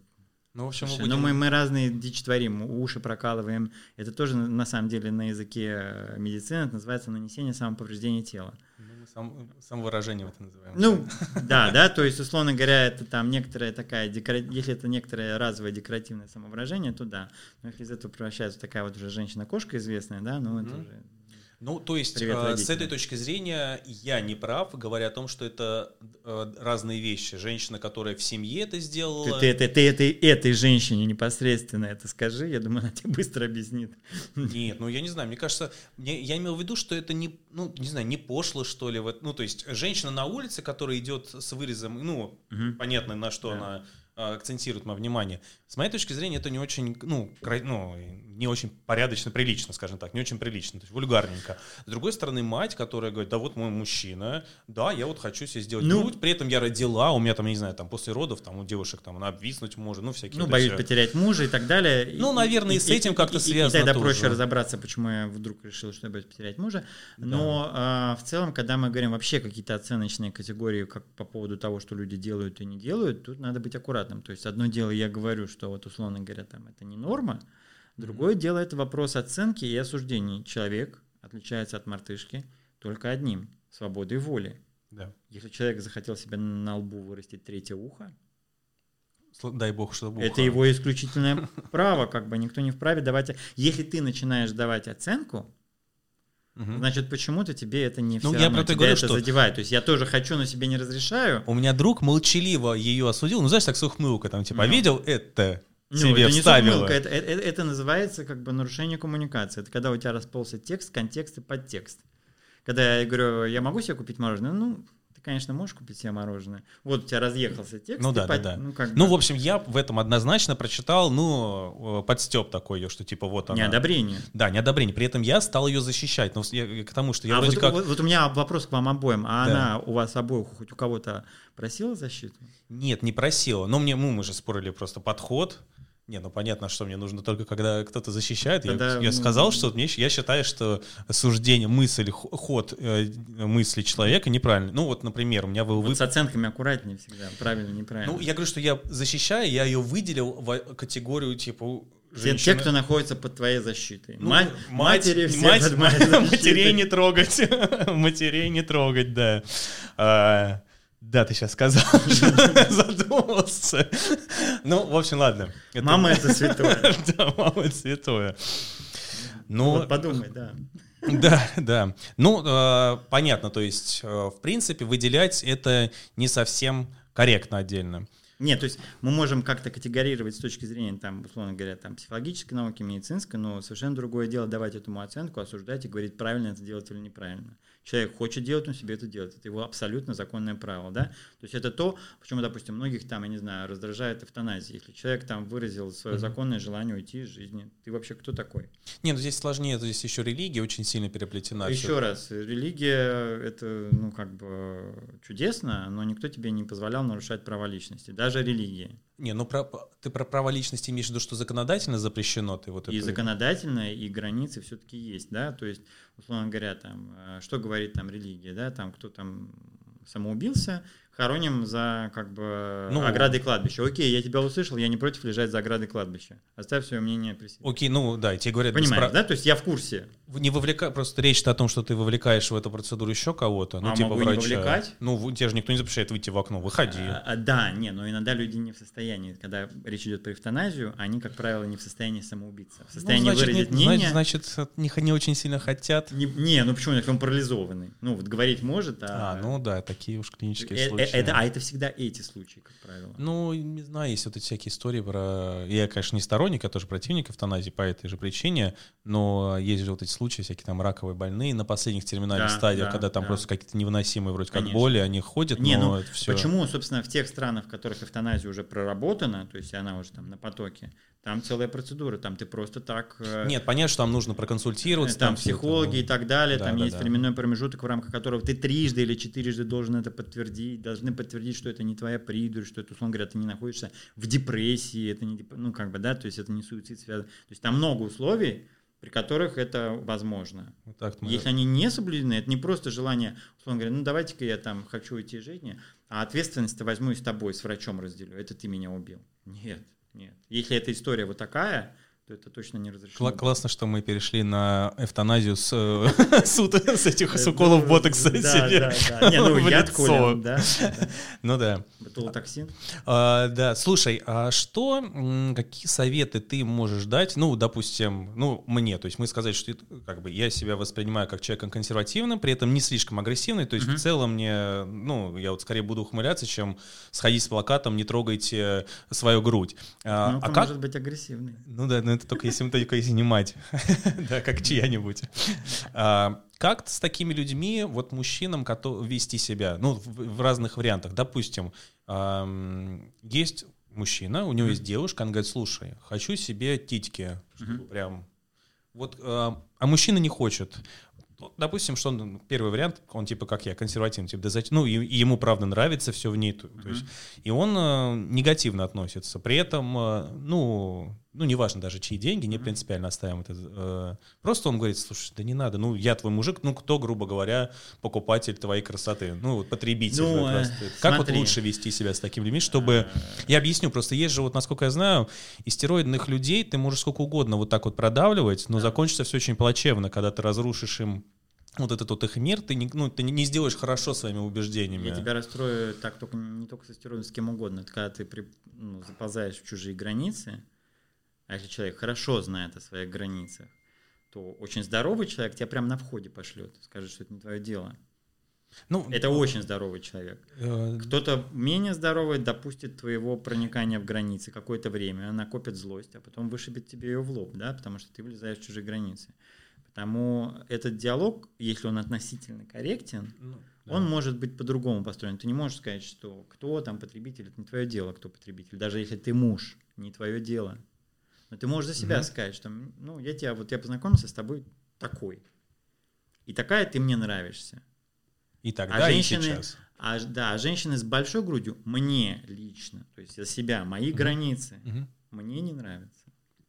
Ну, в общем, Слушай, мы, будем... ну мы, мы разные дичь творим, уши прокалываем. Это тоже, на самом деле, на языке медицины это называется нанесение самоповреждения тела. Ну, мы сам, самовыражение это называем. Ну, да, да, то есть, условно говоря, это там некоторая такая, декора... если это некоторое разовое декоративное самовыражение, то да. Но если из этого превращается такая вот уже женщина-кошка известная, да, ну, это mm-hmm. уже... Ну, то есть, э, с этой точки зрения я не прав, говоря о том, что это э, разные вещи. Женщина, которая в семье это сделала... Ты, ты, ты, ты этой, этой женщине непосредственно это скажи, я думаю, она тебе быстро объяснит. Нет, ну я не знаю, мне кажется, мне, я имел в виду, что это не, ну, не знаю, не пошло, что ли. Вот, ну, то есть, женщина на улице, которая идет с вырезом, ну, угу. понятно, на что да. она акцентирует мое внимание. С моей точки зрения, это не очень, ну, кра... ну, не очень порядочно, прилично, скажем так, не очень прилично, то есть вульгарненько. С другой стороны, мать, которая говорит, да вот мой мужчина, да, я вот хочу себе сделать ну, грудь, при этом я родила, у меня там, я не знаю, там после родов, там у девушек там она обвиснуть может, ну, всякие. Ну, вот боюсь все. потерять мужа и так далее. Ну, наверное, и, и с этим и, как-то и, связано. И тогда тоже. проще разобраться, почему я вдруг решил, что я боюсь потерять мужа. Но да. э, в целом, когда мы говорим вообще какие-то оценочные категории как по поводу того, что люди делают и не делают, тут надо быть аккуратным. То есть одно дело, я говорю, что вот условно говоря, там это не норма. Другое mm-hmm. дело, это вопрос оценки и осуждений. Человек отличается от мартышки только одним – свободой воли. Да. Если человек захотел себе на лбу вырастить третье ухо, дай бог, чтобы ухо. Это его исключительное право, как бы никто не вправе давать. Если ты начинаешь давать оценку, угу. значит, почему-то тебе это не все ну, равно, тебя говорю, это что... задевает. То есть я тоже хочу, но себе не разрешаю. У меня друг молчаливо ее осудил, ну, знаешь, так с ухмылкой, там, типа, ну. видел это... Ну, себе это вставила. Не это, это, это называется как бы нарушение коммуникации. Это когда у тебя расползся текст, контекст и подтекст. Когда я говорю, я могу себе купить мороженое? Ну, ты, конечно, можешь купить себе мороженое. Вот у тебя разъехался текст. Ну да, под... да, да. Ну, как ну, бы... в общем, я в этом однозначно прочитал, ну, подстёб такой, что типа вот она. Неодобрение. Да, неодобрение. При этом я стал ее защищать. Но я, к тому, что я а вроде вот, как... Вот, вот у меня вопрос к вам обоим. А да. она у вас обоих хоть у кого-то просила защиту? Нет, не просила. Но мне, ну, мы же спорили просто подход. Не, ну понятно, что мне нужно только когда кто-то защищает. Тогда, я, я сказал, что мне, я считаю, что суждение, мысль, ход э, мысли человека неправильный. Ну вот, например, у меня был... Вот вып... с оценками аккуратнее всегда, правильно, неправильно. Ну, я говорю, что я защищаю, я ее выделил в категорию типа... Женщины. Те, кто находится под твоей защитой. Ну, мать, матери все мать, под моей защитой. Матерей не трогать. Матерей не трогать, да. А, да, ты сейчас сказал, задумался. Ну, в общем, ладно. Это... Мама — это святое. Да, мама — это святое. Ну, вот подумай, да. Да, да. Ну, э, понятно, то есть, э, в принципе, выделять это не совсем корректно отдельно. Нет, то есть мы можем как-то категорировать с точки зрения, там, условно говоря, там, психологической науки, медицинской, но совершенно другое дело давать этому оценку, осуждать и говорить, правильно это делать или неправильно. Человек хочет делать, он себе это делает. Это его абсолютно законное право, да? То есть это то, почему, допустим, многих там, я не знаю, раздражает эвтаназия. Если человек там выразил свое mm-hmm. законное желание уйти из жизни, ты вообще кто такой? Нет, ну здесь сложнее, здесь еще религия очень сильно переплетена. Еще все. раз, религия — это, ну, как бы чудесно, но никто тебе не позволял нарушать права личности, даже религия. Не, ну про, ты про право личности имеешь в виду, что законодательно запрещено? Ты вот и это... законодательно, и границы все-таки есть, да, то есть, условно говоря, там, что говорит там религия, да, там, кто там самоубился, хороним за, как бы, ну, оградой кладбища. Окей, я тебя услышал, я не против лежать за оградой кладбища. Оставь свое мнение при себе. Окей, ну да, тебе говорят... Понимаешь, беспра... да? То есть я в курсе. Не вовлекай, просто речь-то о том, что ты вовлекаешь в эту процедуру еще кого-то, ну а типа могу врача. Не вовлекать? Ну, тебе же никто не запрещает выйти в окно, выходи. А, а, да, не, но иногда люди не в состоянии, когда речь идет про эвтаназию, они, как правило, не в состоянии самоубиться. В состоянии ну, значит, выразить не, мнение... Значит, значит не, не очень сильно хотят. Не, не ну почему? Он парализованный. Ну, вот говорить может, а... А, ну да, такие уж клинические э, случаи. Это, а это всегда эти случаи, как правило. Ну, не знаю, есть вот эти всякие истории про... Я, конечно, не сторонник, я тоже противник эвтаназии по этой же причине, но есть же вот эти случаи, всякие там раковые больные на последних терминальных да, стадиях, да, когда там да. просто какие-то невыносимые вроде Конечно. Как боли, они ходят, не, но ну, это все... Почему, собственно, в тех странах, в которых эвтаназия уже проработана, то есть она уже там на потоке, там целая процедура, там ты просто так... Нет, понятно, что там нужно проконсультироваться. Там, там психологи это, и так далее, да, там да, есть да. временной промежуток, в рамках которого ты трижды или четырежды должен это подтвердить, должны подтвердить, что это не твоя придурь, что это, условно говоря, ты не находишься в депрессии, это не, ну, как бы, да, то есть это не суицид связан. То есть там много условий, при которых это возможно. Вот так мы... Если они не соблюдены, это не просто желание, условно говоря, ну давайте-ка я там хочу уйти из жизни, а ответственность-то возьму и с тобой, с врачом разделю. Это ты меня убил. Нет. нет. Если эта история вот такая, то это точно не разрешено. Кла- классно, что мы перешли на эвтаназию с, суд, с этих с уколов ботокса да, себе да, да. Не, ну, в яд лицо. колем, да, да. Ну да. Ботулотоксин. А, да, слушай, а что, м, какие советы ты можешь дать, ну, допустим, ну, мне, то есть мы сказали, что как бы я себя воспринимаю как человеком консервативным, при этом не слишком агрессивный, то есть Мгм. в целом мне, ну, я вот скорее буду ухмыляться, чем сходить с плакатом «Не трогайте свою грудь». А, Ну, а он как? может быть агрессивный. Ну да, но это только если, только если не мать, да, как чья-нибудь. А, как с такими людьми, вот мужчинам, кото- вести себя, ну, в, в разных вариантах. Допустим, ам, есть мужчина, у него Мгм. есть девушка, он говорит, слушай, хочу себе титьки, чтобы Мгм. прям, вот, а, а мужчина не хочет. Ну, допустим, что он, первый вариант, он типа как я, консервативный, типа, да зачем? Ну, и, и ему правда нравится все в ней, то, то есть, и он э, негативно относится. При этом, э, ну, ну, неважно даже, чьи деньги, не Мгм. принципиально оставим это. э, просто он говорит, слушай, да не надо, ну, я твой мужик, ну, кто, грубо говоря, покупатель твоей красоты? Ну, вот потребитель. Ну, твой э, просто. Как вот смотри. лучше вести себя с такими людьми, чтобы... Я объясню, просто есть же, вот насколько я знаю, истероидных людей ты можешь сколько угодно вот так вот продавливать, но Да. закончится все очень плачевно, когда ты разрушишь им вот этот вот их мир, ты не, ну, ты не сделаешь хорошо своими убеждениями. Я тебя расстрою так только не только со стероидом, с кем угодно. Это когда ты при, ну, заползаешь в чужие границы, а если человек хорошо знает о своих границах, то очень здоровый человек тебя прямо на входе пошлет, скажет, что это не твое дело. Ну, Это очень здоровый человек. э, Кто-то менее здоровый допустит твоего проникания в границы какое-то время, накопит злость, а потом вышибет тебе ее в лоб, да, потому что ты влезаешь в чужие границы. Потому этот диалог, если он относительно корректен, ну, да. он может быть по-другому построен. Ты не можешь сказать, что кто там потребитель, это не твое дело, кто потребитель. Даже если ты муж, не твое дело. Но ты можешь за себя Мгм. сказать, что ну, я тебя, вот я познакомился с тобой такой. И такая ты мне нравишься. И тогда, а и женщины, сейчас. а, да, а женщины с большой грудью мне лично, то есть за себя, мои Мгм. границы, Мгм. мне не нравятся.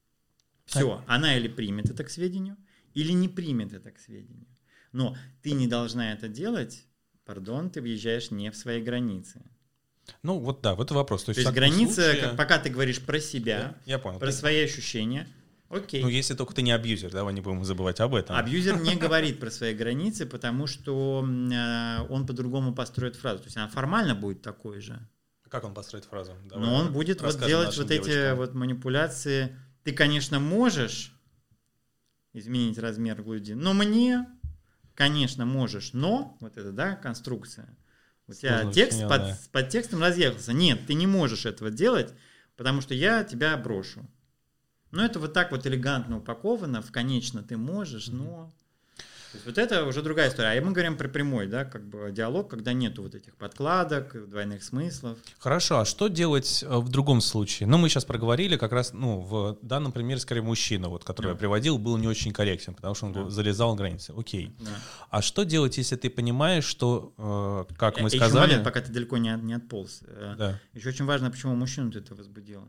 Все, она или примет это к сведению, или не примет это к сведению. Но ты не должна это делать, пардон, ты въезжаешь не в свои границы. Ну, вот да, вот вопрос. То То есть, есть в таком граница, случае- как- пока ты говоришь про себя, Я, я понял. про Ты- свои ощущения, окей. Ну, если только ты не абьюзер, давай не будем забывать об этом. Абьюзер не говорит про свои границы, потому что э, он по-другому построит фразу. То есть она формально будет такой же. Как он построит фразу? Давай Но он будет вот расскажем делать нашим вот эти девочкам. вот манипуляции. Ты, конечно, можешь изменить размер груди, но мне, конечно, можешь, но вот это, да, конструкция. У тебя Сложно текст очень, под, да. с подтекстом разъехался. Нет, ты не можешь этого делать, потому что я тебя брошу. Но это вот так вот элегантно упаковано, в конечно ты можешь, но... То есть вот это уже другая история. А мы говорим про прямой, да, как бы диалог, когда нету вот этих подкладок, двойных смыслов. Хорошо, а что делать э, в другом случае? Ну, мы сейчас проговорили как раз, ну, в данном примере, скорее, мужчина, вот, который Да. я приводил, был не очень корректен, потому что он Да. залезал в границы. Окей. Да. А что делать, если ты понимаешь, что, э, как мы Еще сказали... момент, пока ты далеко не, от- не отполз. Э, Да. Еще очень важно, почему мужчину ты это возбудило.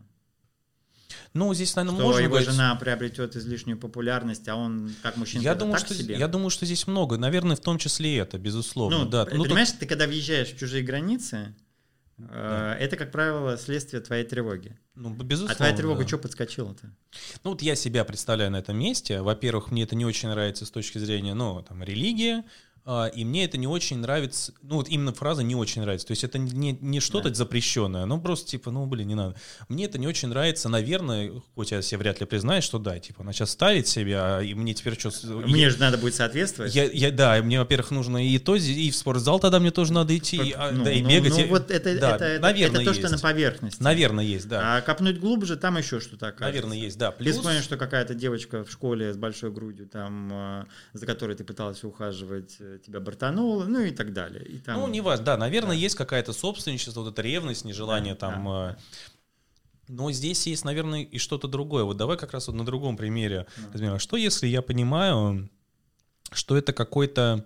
Ну, здесь, наверное, Что можно его говорить... жена приобретет излишнюю популярность, а он как мужчина Я это думаю, так что, себе. я думаю, что здесь много. Наверное, в том числе и это, безусловно. Ну, да. п- Ну, тут- понимаешь, ты когда въезжаешь в чужие границы, э, это, как правило, следствие твоей тревоги. ну, безусловно. А твоя тревога да. что подскочила-то? Ну, вот я себя представляю на этом месте. Во-первых, мне это не очень нравится с точки зрения, ну, там, религии. а, И мне это не очень нравится, ну вот именно фраза не очень нравится. То есть это не, не что-то Да. запрещенное, ну просто типа, ну блин, не надо. Мне это не очень нравится, наверное, хоть я себе вряд ли признаю, что да, типа она сейчас ставит себя, и мне теперь что... Мне же надо будет соответствовать. Я, я, да, мне, во-первых, нужно и то, и в спортзал тогда мне тоже надо идти, и, а, Ну, да, и ну, бегать. ну, и- вот это, да, это, это, наверное, это то, что есть. на поверхности. Наверное, есть, да. А копнуть глубже, там еще что-то окажется. Наверное, есть, да. Ты Плюс- вспомнишь, что какая-то девочка в школе с большой грудью, там, э, за которой ты пытался ухаживать, э, тебя бортанула, ну и так далее. И там... Ну, не важно, да, наверное, Да. есть какая-то собственничество, вот эта ревность, нежелание Да, там... да, э, Но здесь есть, наверное, и что-то другое. Вот давай как раз вот на другом примере Да. возьмем. А что если я понимаю, что это какое-то,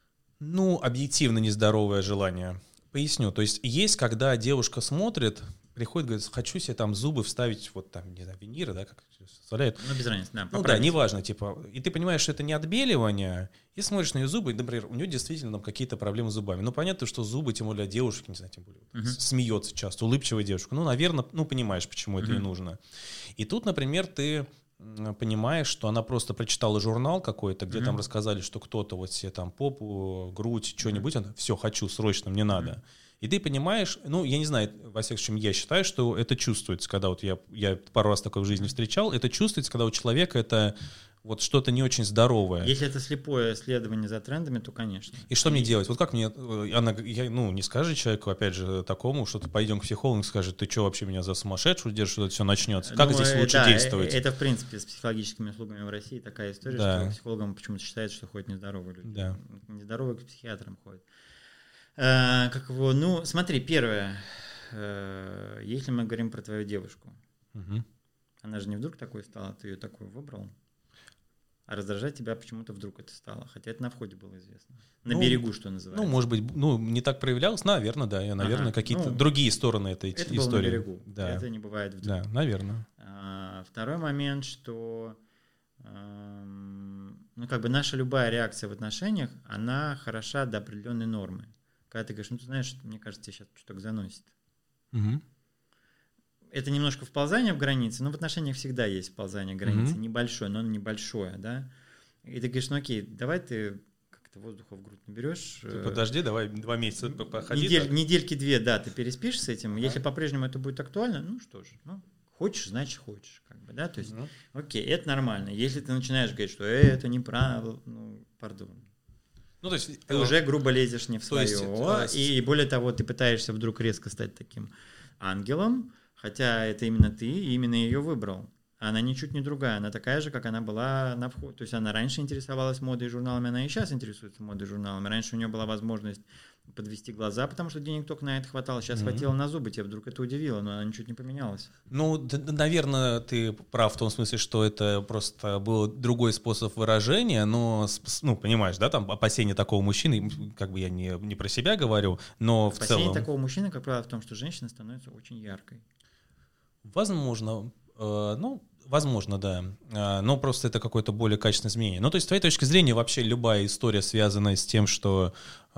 ну, объективно нездоровое желание? Поясню. То есть есть, когда девушка смотрит, приходит, говорит, хочу себе там зубы вставить, вот там, не знаю, виниры, да, как составляет. Ну, без разницы, да. Ну да, неважно, типа, и ты понимаешь, что это не отбеливание, и смотришь на ее зубы, и, например, у нее действительно там какие-то проблемы с зубами. Ну, понятно, что зубы, тем более девушек, не знаю, тем более, uh-huh. смеется часто, улыбчивая девушка. Ну, наверное, ну, понимаешь, почему uh-huh. это ей нужно. И тут, например, ты понимаешь, что она просто прочитала журнал какой-то, где uh-huh. там рассказали, что кто-то вот себе там попу, грудь, что-нибудь, uh-huh. она, все, хочу, срочно, мне надо. Uh-huh. И ты понимаешь, ну, я не знаю, во всяком случае, я считаю, что это чувствуется, когда вот я, я пару раз такое в жизни встречал, это чувствуется, когда у человека это вот что-то не очень здоровое. Если это слепое следование за трендами, то, конечно. И что и... мне делать? Вот как мне, она, я, ну, не скажи человеку, опять же, такому, что-то пойдем к психологу, скажет, ты что вообще меня за сумасшедшую держишь, что это все начнется? Как ну, здесь лучше да, действовать? Это, в принципе, с психологическими услугами в России такая история, да. что психологам почему-то считается, что ходят нездоровые люди. Да. Нездоровые к психиатрам ходят. А, как его, ну, смотри, первое, а, если мы говорим про твою девушку, угу. она же не вдруг такой стала, ты ее такую выбрал, а раздражать тебя почему-то вдруг это стало, хотя это на входе было известно, на ну, берегу, что называется. Ну, может быть, ну, не так проявлялось, наверное, да, я, наверное, ага, какие-то ну, другие стороны этой это истории. Это было на берегу, да. Это не бывает вдруг. Да, наверное. А, второй момент, что... Ну, как бы наша любая реакция в отношениях, она хороша до определенной нормы. Когда ты говоришь, ну, ты знаешь, мне кажется, тебя сейчас чуток заносит. Угу. Это немножко вползание в границы, но в отношениях всегда есть вползание в границы. Угу. Небольшое, но небольшое, да. И ты говоришь, ну, окей, давай ты как-то воздуха в грудь наберешь. Ты подожди, давай два месяца походи. Недель, недельки две, да, ты переспишь с этим. А? Если по-прежнему это будет актуально, ну, что ж, ну, хочешь, значит, хочешь, как бы, да. То есть, угу. окей, это нормально. Если ты начинаешь говорить, что э, это неправильно, ну, пардон. Ну, то есть, ты э, уже грубо лезешь не в свое, есть, и более того, ты пытаешься вдруг резко стать таким ангелом, хотя это именно ты, и именно ее выбрал. Она ничуть не другая, она такая же, как она была на входе. То есть она раньше интересовалась модой и журналами, она и сейчас интересуется модой и журналами. Раньше у нее была возможность подвести глаза, потому что денег только на это хватало. Сейчас mm-hmm. хватило на зубы, тебя вдруг это удивило, но она ничуть не поменялась. Ну, д- наверное, ты прав в том смысле, что это просто был другой способ выражения, но, ну, понимаешь, да, там опасения такого мужчины, как бы я не, не про себя говорю, но опасение в целом... Опасение такого мужчины, как правило, в том, что женщина становится очень яркой. Возможно, э, ну, возможно, да, э, но просто это какое-то более качественное изменение. Ну, то есть, с твоей точки зрения, вообще любая история, связанная с тем, что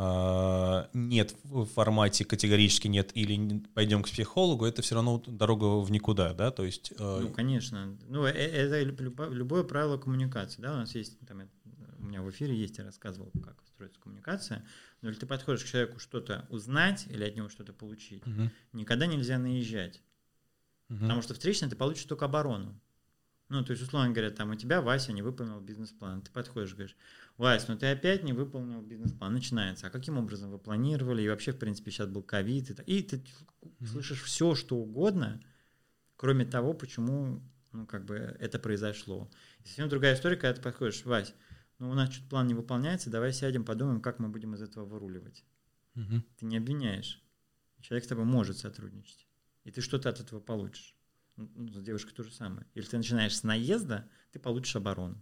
э, нет в формате категорически нет или пойдем к психологу, это все равно дорога в никуда, да, то есть... Э... Ну, конечно, ну, это любое, любое правило коммуникации, да, у нас есть, там, у меня в эфире есть, я рассказывал, как строится коммуникация, но если ты подходишь к человеку что-то узнать или от него что-то получить, угу. никогда нельзя наезжать. Uh-huh. Потому что встречно ты получишь только оборону. Ну, то есть, условно говоря, там у тебя Вася не выполнил бизнес-план. Ты подходишь, говоришь, Вась, ну ты опять не выполнил бизнес-план. Начинается. А каким образом вы планировали? И вообще, в принципе, сейчас был ковид. И, и ты uh-huh. слышишь все, что угодно, кроме того, почему, ну, как бы это произошло. И совсем другая история, когда ты подходишь, Вась, ну у нас что-то план не выполняется, давай сядем, подумаем, как мы будем из этого выруливать. Uh-huh. Ты не обвиняешь. Человек с тобой может сотрудничать. И ты что-то от этого получишь. Ну, с девушкой то же самое. Если ты начинаешь с наезда, ты получишь оборону.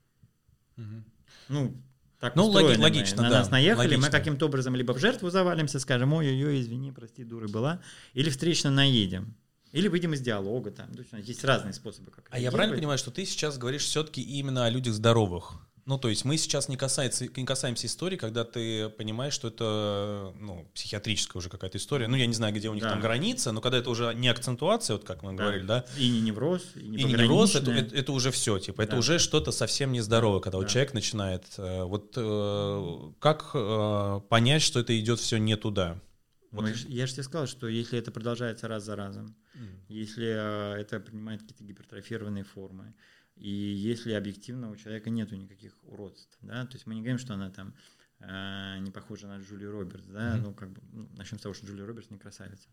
Угу. Ну, так ну, устроено. Логично, мы. На да, нас наехали, логично. Мы каким-то образом либо в жертву завалимся, скажем, ой-ой-ой, извини, прости, дурой была, или встречно наедем. Или выйдем из диалога. Там. То есть, есть разные способы, как А я правильно понимаю, что ты сейчас говоришь все-таки именно о людях здоровых? Ну, то есть мы сейчас не, касается, не касаемся истории, когда ты понимаешь, что это, ну, психиатрическая уже какая-то история. Ну, я не знаю, где у них да. там граница, но когда это уже не акцентуация, вот как мы да. говорили, да? И не невроз, и не, и не невроз, это, это, это уже все, типа, да. это уже что-то совсем нездоровое, когда да. вот человек начинает. Вот э, как э, понять, что это идет все не туда? Вот. Ну, я же тебе сказал, что если это продолжается раз за разом, mm. если э, это принимает какие-то гипертрофированные формы, и если объективно у человека нету никаких уродств, да, то есть мы не говорим, что она там э, не похожа на Джулию Робертс, да, mm-hmm. ну как бы ну, начнем с того, что Джулия Робертс не красавица.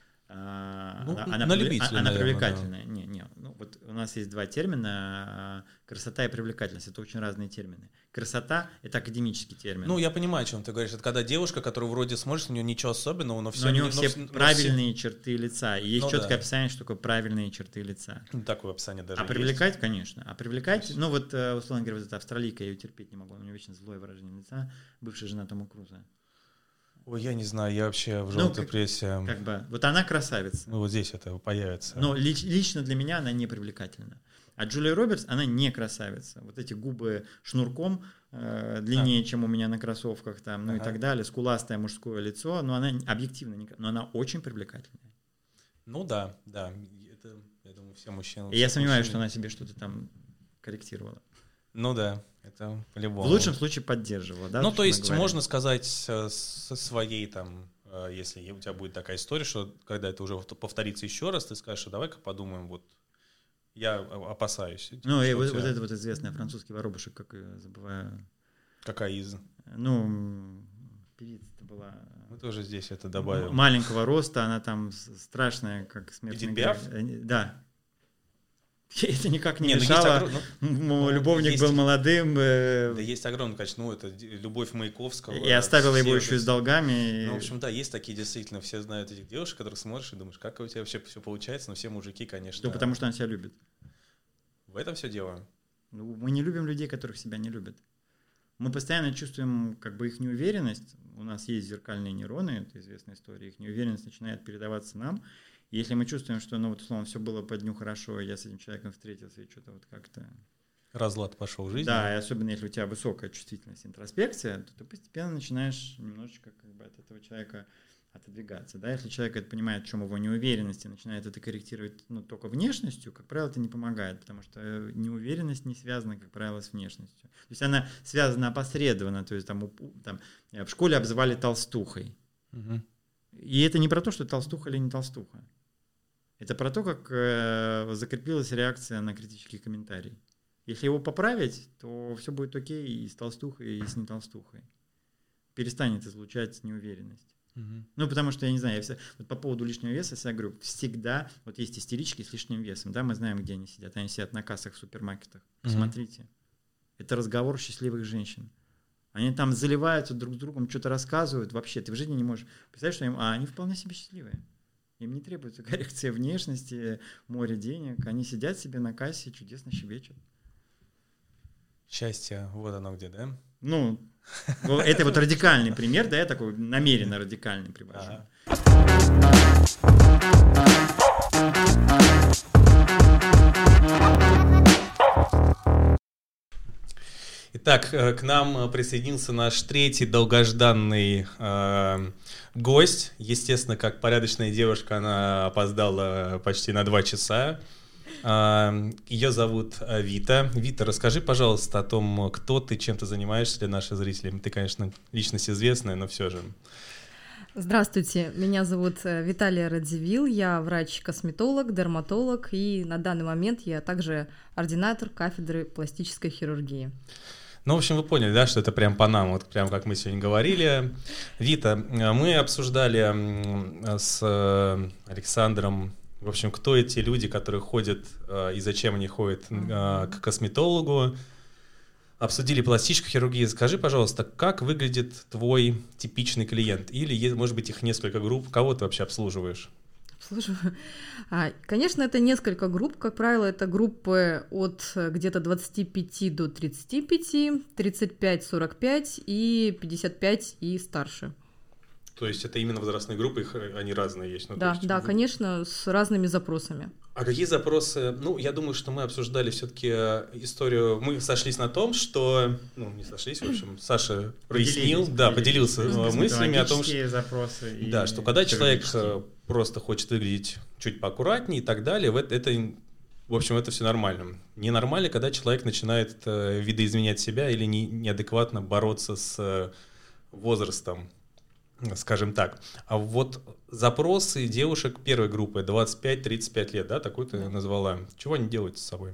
А, ну, она, она, на любителя, она наверное, привлекательная. Да. Не, не, ну вот у нас есть два термина: красота и привлекательность. Это очень разные термины. Красота — это академический термин. Ну, я понимаю, о чем ты говоришь. Это когда девушка, которая вроде смотришь, у нее ничего особенного, но все... Но у нее но, все но, правильные но все... черты лица. И есть ну, четкое да. описание, что такое правильные черты лица. Ну, такое описание даже А есть. привлекать, конечно. А привлекать, ну вот, условно говоря, вот эта австралийка, я ее терпеть не могу. У нее вечно злое выражение лица. Бывшая жена Тома Круза. Ой, я не знаю, я вообще в Ну, желтой как- прессе... Как бы, вот она красавица. Ну, вот здесь это появится. Но лич- лично для меня она не привлекательна. А Джулия Робертс, она не красавица. Вот эти губы шнурком э, длиннее, чем у меня на кроссовках, там, ну и Ага. так далее, скуластое мужское лицо, но она объективно не... Но она очень привлекательная. Ну да, да. Это, я думаю, все мужчины... И я все сомневаюсь, мужчины- что она себе что-то там корректировала. Ну да, это по-любому. В лучшем случае поддерживала, да? Ну, что то мы есть говорим. можно сказать э, со своей там, э, если у тебя будет такая история, что когда это уже повторится еще раз, ты скажешь, что давай-ка подумаем, вот я опасаюсь. Ну, и что у вот, тебя- вот это вот известная французский воробушек, как ее забываю. Какая из? Ну, м, певица-то была... Мы тоже здесь это м- добавим. Маленького роста, она там с- страшная, как смертный Эдит грех. Пиаф? Э, не- Да. Это никак не Не, ну есть мешало. огром- ну, Мой любовник есть- был молодым э, да есть огромное количество, ну, это д- любовь Маяковского. и оставила его все еще и же- с долгами. Ну, в и- общем, да, есть такие действительно, все знают этих девушек, которых смотришь и думаешь, как у тебя вообще все получается, но все мужики, конечно. Да, потому что он себя любит. В этом все дело. Ну, мы не любим людей, которых себя не любят. Мы постоянно чувствуем как бы их неуверенность. У нас есть зеркальные нейроны, это известная история. Их неуверенность начинает передаваться нам. И если мы чувствуем, что, ну, вот, условно, все было по дню хорошо, и я с этим человеком встретился, и что-то вот как-то... Разлад пошел в жизни. Да, и особенно если у тебя высокая чувствительность, интроспекция, то ты постепенно начинаешь немножечко как бы от этого человека отодвигаться. Да? Если человек это понимает, в чем его неуверенность, и начинает это корректировать, ну, только внешностью, как правило, это не помогает, потому что э, неуверенность не связана, как правило, с внешностью. То есть она связана опосредованно, то есть там, у- у- там э, в школе обзывали толстухой. Мгм. И это не про то, что толстуха или не толстуха. Это про то, как э, закрепилась реакция на критический комментарий. Если его поправить, то все будет окей и с толстухой, и с не толстухой. Перестанет излучать неуверенность. Мгм. Ну, потому что, я не знаю, я всегда, вот по поводу лишнего веса я всегда говорю, всегда, вот есть истерички с лишним весом, да, мы знаем, где они сидят, они сидят на кассах в супермаркетах. Посмотрите. Это разговор счастливых женщин. Они там заливаются друг с другом, что-то рассказывают. Вообще, ты в жизни не можешь представить, что им... А они вполне себе счастливые. Им не требуется коррекция внешности, море денег. Они сидят себе на кассе, чудесно щебечут. Счастье, вот оно где, да? Ну, вот это вот радикальный пример, да, я такой намеренно радикальный привожу. Ага. Итак, э, к нам присоединился наш третий долгожданный э, гость. Естественно, как порядочная девушка, она опоздала почти на два часа. Э, Ее зовут э, Вита. Вита, расскажи, пожалуйста, о том, кто ты, чем ты занимаешься для наших зрителей. Ты, конечно, личность известная, но все же. Здравствуйте, меня зовут э, Виталия Радзивилл, я врач-косметолог, дерматолог, и на данный момент я также ординатор кафедры пластической хирургии. Ну, в общем, вы поняли, да, что это прям по нам, вот прям как мы сегодня говорили. Вита, мы обсуждали м, с э, Александром, в общем, кто эти люди, которые ходят э, и зачем они ходят э, к косметологу. Обсудили пластическую хирургию. Скажи, пожалуйста, как выглядит твой типичный клиент? Или, е- может быть, их несколько групп? Кого ты вообще обслуживаешь? Обслуживаю. А, Конечно, это несколько групп. Как правило, это группы от э, где-то двадцати пяти до тридцати пяти, тридцать пять - сорок пять и пятьдесят пять и старше. То есть это именно возрастные группы, их, они разные есть? Ну, то Да, есть да, вы- конечно, с разными запросами. А какие запросы? Ну, я думаю, что мы обсуждали все-таки историю. Мы сошлись на том, что... Ну, не сошлись, в общем, Саша прояснил, Поделились, да, поделились. поделился Плюс э, мыслями о том, что... косметологические запросы и Да, что когда человек хирургические. э, просто хочет выглядеть чуть поаккуратнее и так далее, в это, это, в общем, это все нормально. Ненормально, когда человек начинает э, видоизменять себя или не, неадекватно бороться с э, возрастом, скажем так. А вот запросы девушек первой группы двадцать пять - тридцать пять лет, да, такой ты назвала. Чего они делают с собой?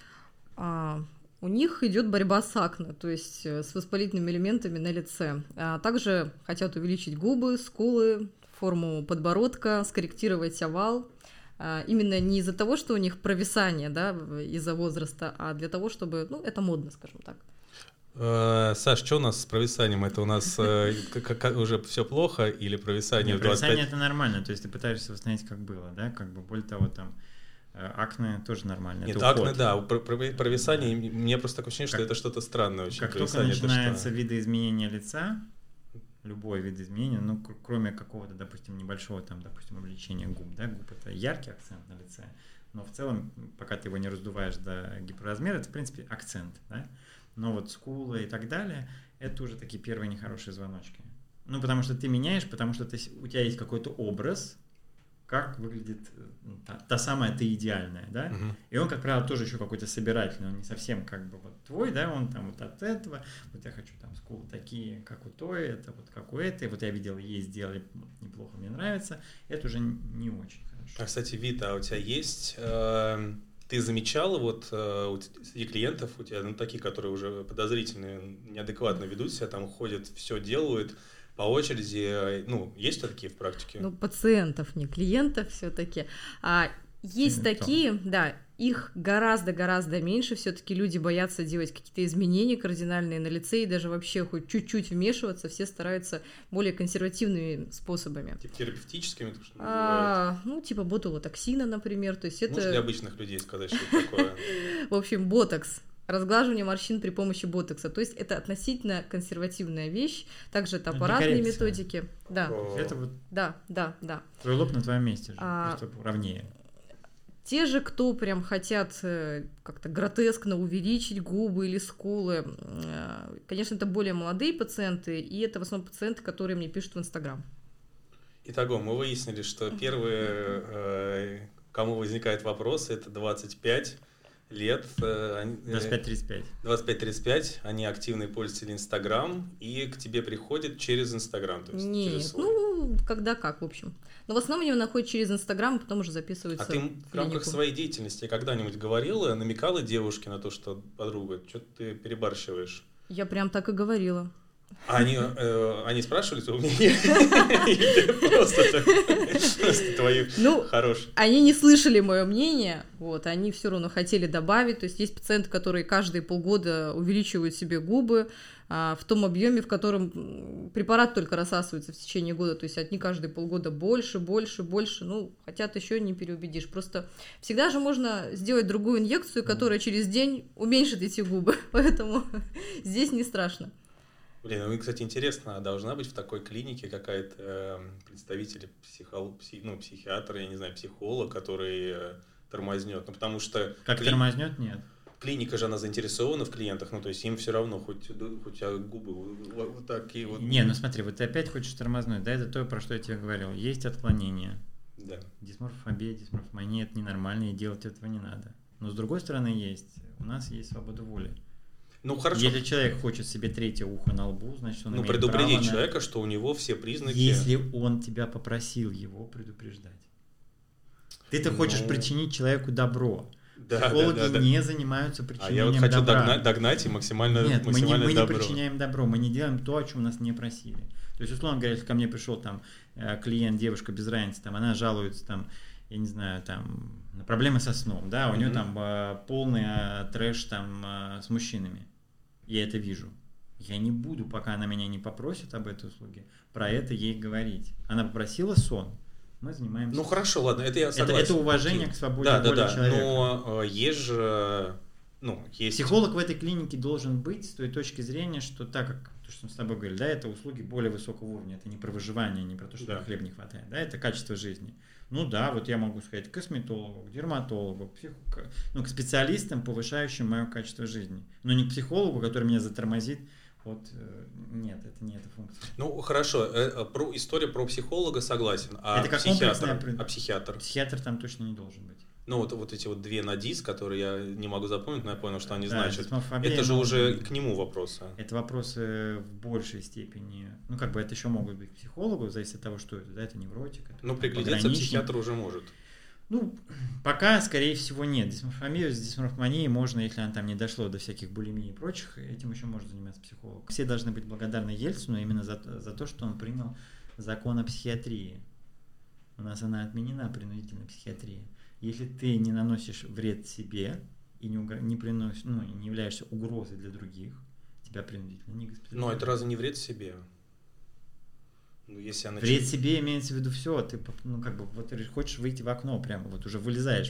А, У них идет борьба с акне, то есть э, с воспалительными элементами на лице. А также хотят увеличить губы, скулы, форму подбородка, скорректировать овал. А, Именно не из-за того, что у них провисание, да, в- из-за возраста, а для того, чтобы, ну, это модно, скажем так. Э, Саш, что у нас с провисанием? Это у нас э, к- к- уже все плохо или провисание Нет, в двадцать провисание пять? это нормально, то есть ты пытаешься восстановить, как было, да, как бы, более того, там, э, акне тоже нормально. Нет, это акне, уход. да, про- про- провисание, мне просто такое ощущение, что Как- это что-то странное очень. Как только Провисание — это что? начинается видоизменение лица, любой вид изменения, ну, кроме какого-то, допустим, небольшого, там, допустим, увеличения губ, да, губ это яркий акцент на лице, но в целом, пока ты его не раздуваешь до гиперразмера, это, в принципе, акцент, да, но вот скулы и так далее, это уже такие первые нехорошие звоночки. Ну, потому что ты меняешь, потому что ты, у тебя есть какой-то образ, как выглядит та, та самая ты идеальная, да, uh-huh. и он, как правило, тоже еще какой-то собирательный, он не совсем как бы вот твой, да, он там вот от этого, вот я хочу там скулы такие, как у той, это вот как у этой, вот я видел, ей сделали неплохо, мне нравится, это уже не очень хорошо. А, кстати, Вита, а у тебя есть, э, ты замечала вот э, среди клиентов, у тебя, ну, такие, которые уже подозрительные, неадекватно ведут себя, там ходят, все делают, по очереди, ну, есть такие в практике? Ну, пациентов, не клиентов все-таки. А есть Симптом. Такие, да, их гораздо-гораздо меньше, все-таки люди боятся делать какие-то изменения кардинальные на лице и даже вообще хоть чуть-чуть вмешиваться, все стараются более консервативными способами. Типа терапевтическими? То, что а, ну, типа ботулотоксина, например. То есть это... Можешь для обычных людей сказать, что это такое? В общем, ботокс. Разглаживание морщин при помощи ботокса. То есть это относительно консервативная вещь. Также это аппаратные методики. Да. Это вот да, да, да. Твой лоб на твоем месте же, а, просто ровнее. Те же, кто прям хотят как-то гротескно увеличить губы или скулы, конечно, это более молодые пациенты, и это в основном пациенты, которые мне пишут в Инстаграм. Итого, мы выяснили, что первые, кому возникает вопрос, это двадцать пять лет. двадцать пять тридцать пять. двадцать пять тридцать пять, они активные пользователи Инстаграм, и к тебе приходят через Инстаграм. Нет, через ну, когда как, в общем. Но в основном они находят через Инстаграм, и потом уже записываются. А ты в, в рамках своей деятельности когда-нибудь говорила, намекала девушке на то, что, подруга, что ты перебарщиваешь? Я прям так и говорила. А они, э, они спрашивали твое мнение? Или просто твои хорошие? Они не слышали мое мнение, вот, они все равно хотели добавить. То есть есть пациенты, которые каждые полгода увеличивают себе губы а, в том объеме, в котором препарат только рассасывается в течение года. То есть одни каждые полгода больше, больше, больше. Ну, хотят еще, не переубедишь. Просто всегда же можно сделать другую инъекцию, которая через день уменьшит эти губы. Поэтому здесь не страшно. Блин, ну, кстати, интересно, а должна быть в такой клинике какая-то э, представитель, психол, пси, ну, психиатр, я не знаю, психолог, который э, тормознет, ну, потому что... Как кли... тормознет, нет. Клиника же, она заинтересована в клиентах, ну, то есть им все равно, хоть, хоть а губы вот, вот такие вот... Не, ну смотри, вот ты опять хочешь тормознуть, да, это то, про что я тебе говорил, есть отклонения. Да. Дисморфофобия, дисморфомания, это ненормально, и делать этого не надо. Но с другой стороны есть, у нас есть свобода воли. Ну, хорошо. Если человек хочет себе третье ухо на лбу, значит, он ну, имеет предупредить право человека, на... что у него все признаки... Если он тебя попросил его предупреждать. Ты-то ну... хочешь причинить человеку добро. Да, Психологи да, да, да. не занимаются причинением добра. А я вот хочу добра. Догнать, догнать и максимально, Нет, максимально мы, не, мы добро. не причиняем добро, мы не делаем то, о чем нас не просили. То есть, условно говоря, если ко мне пришел там клиент, девушка без разницы, там, она жалуется, там, я не знаю, там, на проблемы со сном, да, у mm-hmm. нее там э, полный э, трэш там э, с мужчинами. Я это вижу. Я не буду, пока она меня не попросит об этой услуге, про это ей говорить. Она попросила сон, мы занимаемся. Ну хорошо, ладно, это я согласен. Это, это уважение Окей. к свободе да, воли да, да. человека. Но э, есть же... Ну, есть... Психолог в этой клинике должен быть с той точки зрения, что так как, то, что мы с тобой говорили, да, это услуги более высокого уровня, это не про выживание, не про то, что да. на хлеб не хватает, да, это качество жизни. Ну да, вот я могу сказать к косметологу, к дерматологу, к, псих... ну, к специалистам, повышающим мое качество жизни. Но не к психологу, который меня затормозит. Вот нет, это не эта функция. Ну хорошо, э, про, история про психолога согласен, а это как психиатр, комплексная... а психиатр? Психиатр там точно не должен быть. Ну вот, вот эти вот две надис, которые я не могу запомнить, но я понял, что они да, значат. Дисморфофобия, это же но... уже к нему вопросы. Это вопросы в большей степени. Ну как бы это еще могут быть к психологу, зависит от того, что это. Да, это невротик. Это ну приглядеться психиатр уже может. Ну, пока, скорее всего, нет. Дисморфомию с дисморфоманией можно, если она там не дошло до всяких булимий и прочих, этим еще может заниматься психолог. Все должны быть благодарны Ельцину именно за, за то, что он принял закон о психиатрии. У нас она отменена, принудительная психиатрия. Если ты не наносишь вред себе и не, угр... не, приносишь, ну, не являешься угрозой для других, тебя принудительно не госпитализируют. Но это разве не вред себе? Ну, если начну... Вред себе имеется в виду все. Ты, ну, как бы, вот ты хочешь выйти в окно прямо, вот уже вылезаешь в него.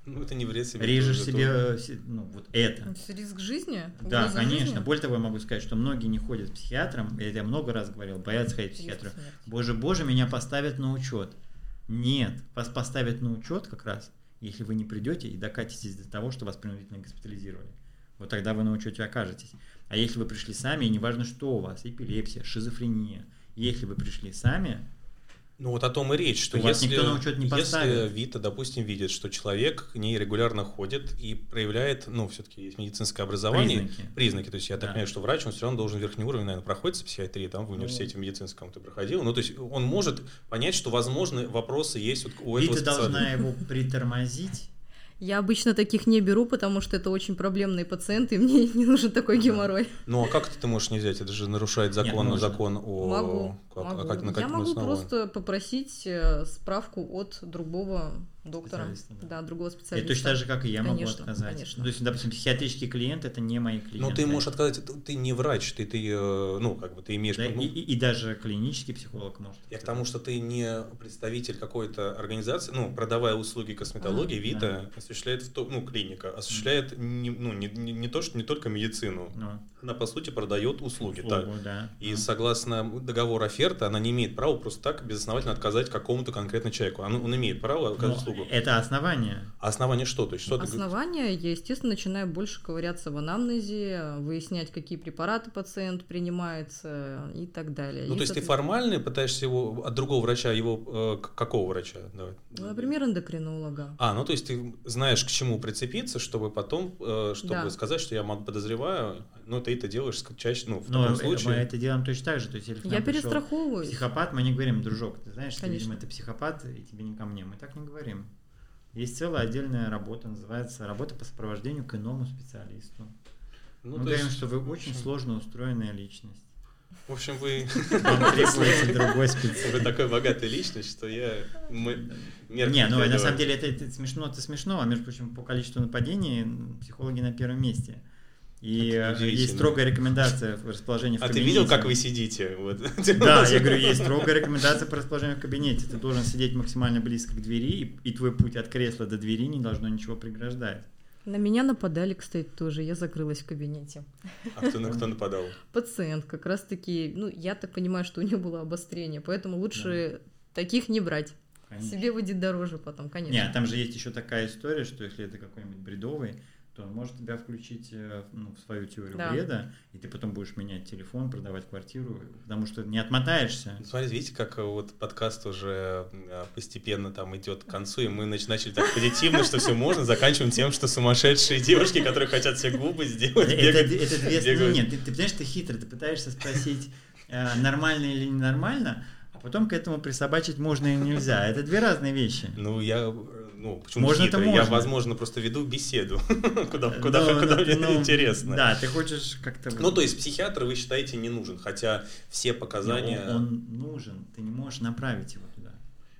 Ну, это не вред себе. Режешь себе, ну, вот это. Это риск жизни? Да, конечно. Жизни? Более того, я могу сказать, что многие не ходят к психиатрам, это я много раз говорил, боятся ходить к психиатру. Боже, боже, меня поставят на учет. Нет, вас поставят на учет как раз, если вы не придете и докатитесь до того, что вас принудительно госпитализировали. Вот тогда вы на учете окажетесь. А если вы пришли сами, и неважно, что у вас, эпилепсия, шизофрения, если вы пришли сами... Ну вот о том и речь, что вас если, никто на учет не поставит. если Вита, допустим, видит, что человек к ней регулярно ходит и проявляет, ну, все-таки есть медицинское образование, признаки, признаки, то есть я да. так понимаю, что врач, он все равно должен верхний уровень, наверное, проходит с психиатрии, там в университете медицинском ты проходил, ну, то есть он может понять, что, возможно, вопросы есть вот у этого Вита специалиста. должна его притормозить. Я обычно таких не беру, потому что это очень проблемные пациенты, и мне не нужен такой геморрой. Ну а как ты можешь не взять? Это же нарушает закон, Нет, закон о... Могу, как, могу. А как, на Я могу основании? просто попросить справку от другого доктора, Специалиста, да. да, другого Это специалиста. точно так же, как и я Конечно, могу отказать. конечно. То есть, допустим, психиатрический клиент — это не мои клиенты. Ну ты можешь отказать, ты, ты не врач, ты, ты, э, ну, как бы ты имеешь... Да, ну, и, и, и даже клинический психолог может. Я к тому, что ты не представитель какой-то организации, ну, продавая услуги косметологии, А, Вита да. осуществляет, в то, ну, клиника, осуществляет не, ну, не, не, не то, что не только медицину, Ну, она, по сути, продает услуги. так. услугу, да. И Ну. согласно договору оферты, она не имеет права просто так безосновательно отказать какому-то конкретному человеку. Он, он имеет право оказать Но услугу. это основание. А основание что? То есть, что ты... Основания, я, естественно, начинаю больше ковыряться в анамнезе, выяснять, какие препараты пациент принимает и так далее. Ну, И, то есть ты формально пытаешься его от другого врача, его... Э, какого врача? Давай. Например, эндокринолога. А, ну то есть ты знаешь, к чему прицепиться, чтобы потом, э, чтобы Да. сказать, что я подозреваю, но ты это делаешь чаще, ну, в Но таком мы случае. это делаем точно так же. То есть, если к Я нам пришел перестраховываюсь. психопат, мы не говорим: дружок, ты знаешь, ты, Конечно. видимо, это психопат, и тебе не ко мне. Мы так не говорим. Есть целая отдельная работа, называется работа по сопровождению к иному специалисту. Ну, Мы то говорим, есть, что вы очень сложно устроенная личность. в общем, вы, Вам требуется другой специалист. вы такой богатая личность, что я... Мы, мерки Не, ну для на этого. самом деле это, это смешно, это смешно, а между прочим, по количеству нападений психологи на первом месте. И Это э, удивительно. есть строгая рекомендация в расположении в А ты кабинете. видел, как вы сидите? Вот. Да, я говорю, есть строгая рекомендация по расположению в кабинете. Ты должен сидеть максимально близко к двери, и, и твой путь от кресла до двери не должно ничего преграждать. На меня нападали, кстати, тоже. Я закрылась в кабинете. А кто, на кто нападал? Пациент как раз-таки, ну, я так понимаю, что у него было обострение, поэтому лучше таких не брать. Конечно. Себе выйдет дороже потом, конечно. Нет, там же есть еще такая история, что если это какой-нибудь бредовый, то он может тебя включить э, ну, в свою теорию Да. бреда, и ты потом будешь менять телефон, продавать квартиру, потому что не отмотаешься. Ну, смотрите, видите, как вот подкаст уже э, постепенно там идет к концу, и мы нач- начали так позитивно, что все можно, заканчиваем тем, что сумасшедшие девушки, которые хотят себе губы сделать, Это, бегают, это две бегают. Нет, ты, ты понимаешь, ты хитрый, ты пытаешься спросить, э, нормально или ненормально, а потом к этому присобачить можно и нельзя. Это две разные вещи. Ну, я, ну, почему Можно-то хитрый? Я, можно. возможно, просто веду беседу, куда, куда, Ну, куда ну, мне ну, интересно. Да, ты хочешь как-то... Ну, то есть психиатр, вы считаете, не нужен, хотя все Не, показания... Он, он нужен, ты не можешь направить его туда.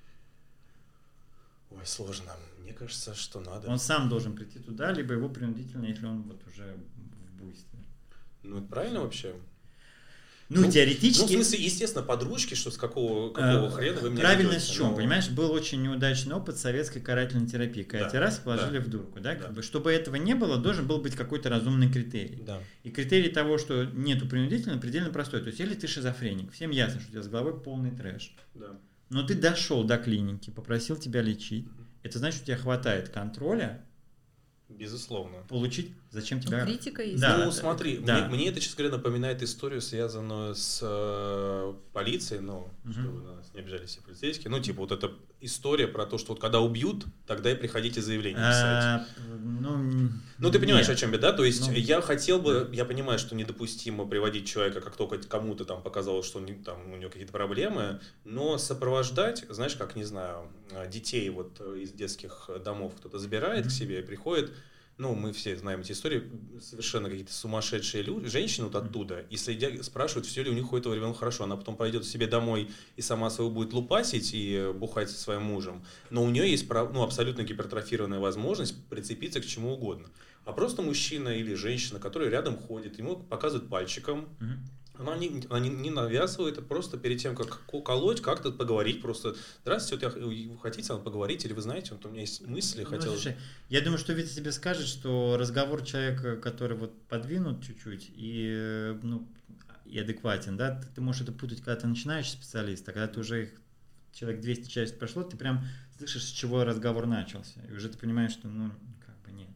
Ой, сложно. Мне кажется, что надо. Он сам должен прийти туда, либо его принудительно, если он вот уже в буйстве. Ну, это правильно вообще? Ну, Ну, теоретически... Ну, в смысле, естественно, подружки, что с какого, какого э, хрена вы мне Правильно ведете? с чем? Ну, Понимаешь, был очень неудачный опыт советской карательной терапии, когда Да, тебя раз положили да. в дурку, да? Как Да. бы, чтобы этого не было, должен был быть какой-то разумный критерий. Да. И критерий того, что нету принудительно, предельно простой. То есть, если ты шизофреник, всем ясно, что у тебя с головой полный трэш, Да. но ты дошел до клиники, попросил тебя лечить, это значит, у тебя хватает контроля Безусловно. получить, зачем Ну, тебя... критика есть. Да, ну, да, смотри, да. Мне, мне это, честно говоря, напоминает историю, связанную с э, полицией, ну, Мгм. чтобы на нас не обижали все полицейские, ну, типа, вот эта история про то, что вот когда убьют, тогда и приходите заявление писать. А, ну, Ну, ты понимаешь, нет. о чем я, да? То есть Ну, я хотел бы, я понимаю, что недопустимо приводить человека, как только кому-то там показалось, что он, там, у него какие-то проблемы, но сопровождать, знаешь, как, не знаю, детей вот из детских домов кто-то забирает Mm-hmm. к себе и приходит, ну, мы все знаем эти истории, совершенно какие-то сумасшедшие люди, женщины вот оттуда, и следя, спрашивают, все ли у них у этого ребенка хорошо. Она потом пойдет к себе домой и сама своего будет лупасить и бухать со своим мужем, но у нее есть прав- ну, абсолютно гипертрофированная возможность прицепиться к чему угодно. А просто мужчина или женщина, который рядом ходит, ему показывают пальчиком, Мгм. Она не, она не, не навязывает, а просто перед тем, как колоть, как-то поговорить просто. Здравствуйте, вот я, вы хотите поговорить, или вы знаете, вот у меня есть мысли, ну, хотел... Слушай, я думаю, что Витя тебе скажет, что разговор человека, который вот подвинут чуть-чуть и, ну, и адекватен, да, ты, ты можешь это путать, когда ты начинающий специалист, а когда ты уже их, человек двести часть прошло, ты прям слышишь, с чего разговор начался, и уже ты понимаешь, что, ну, как бы нет.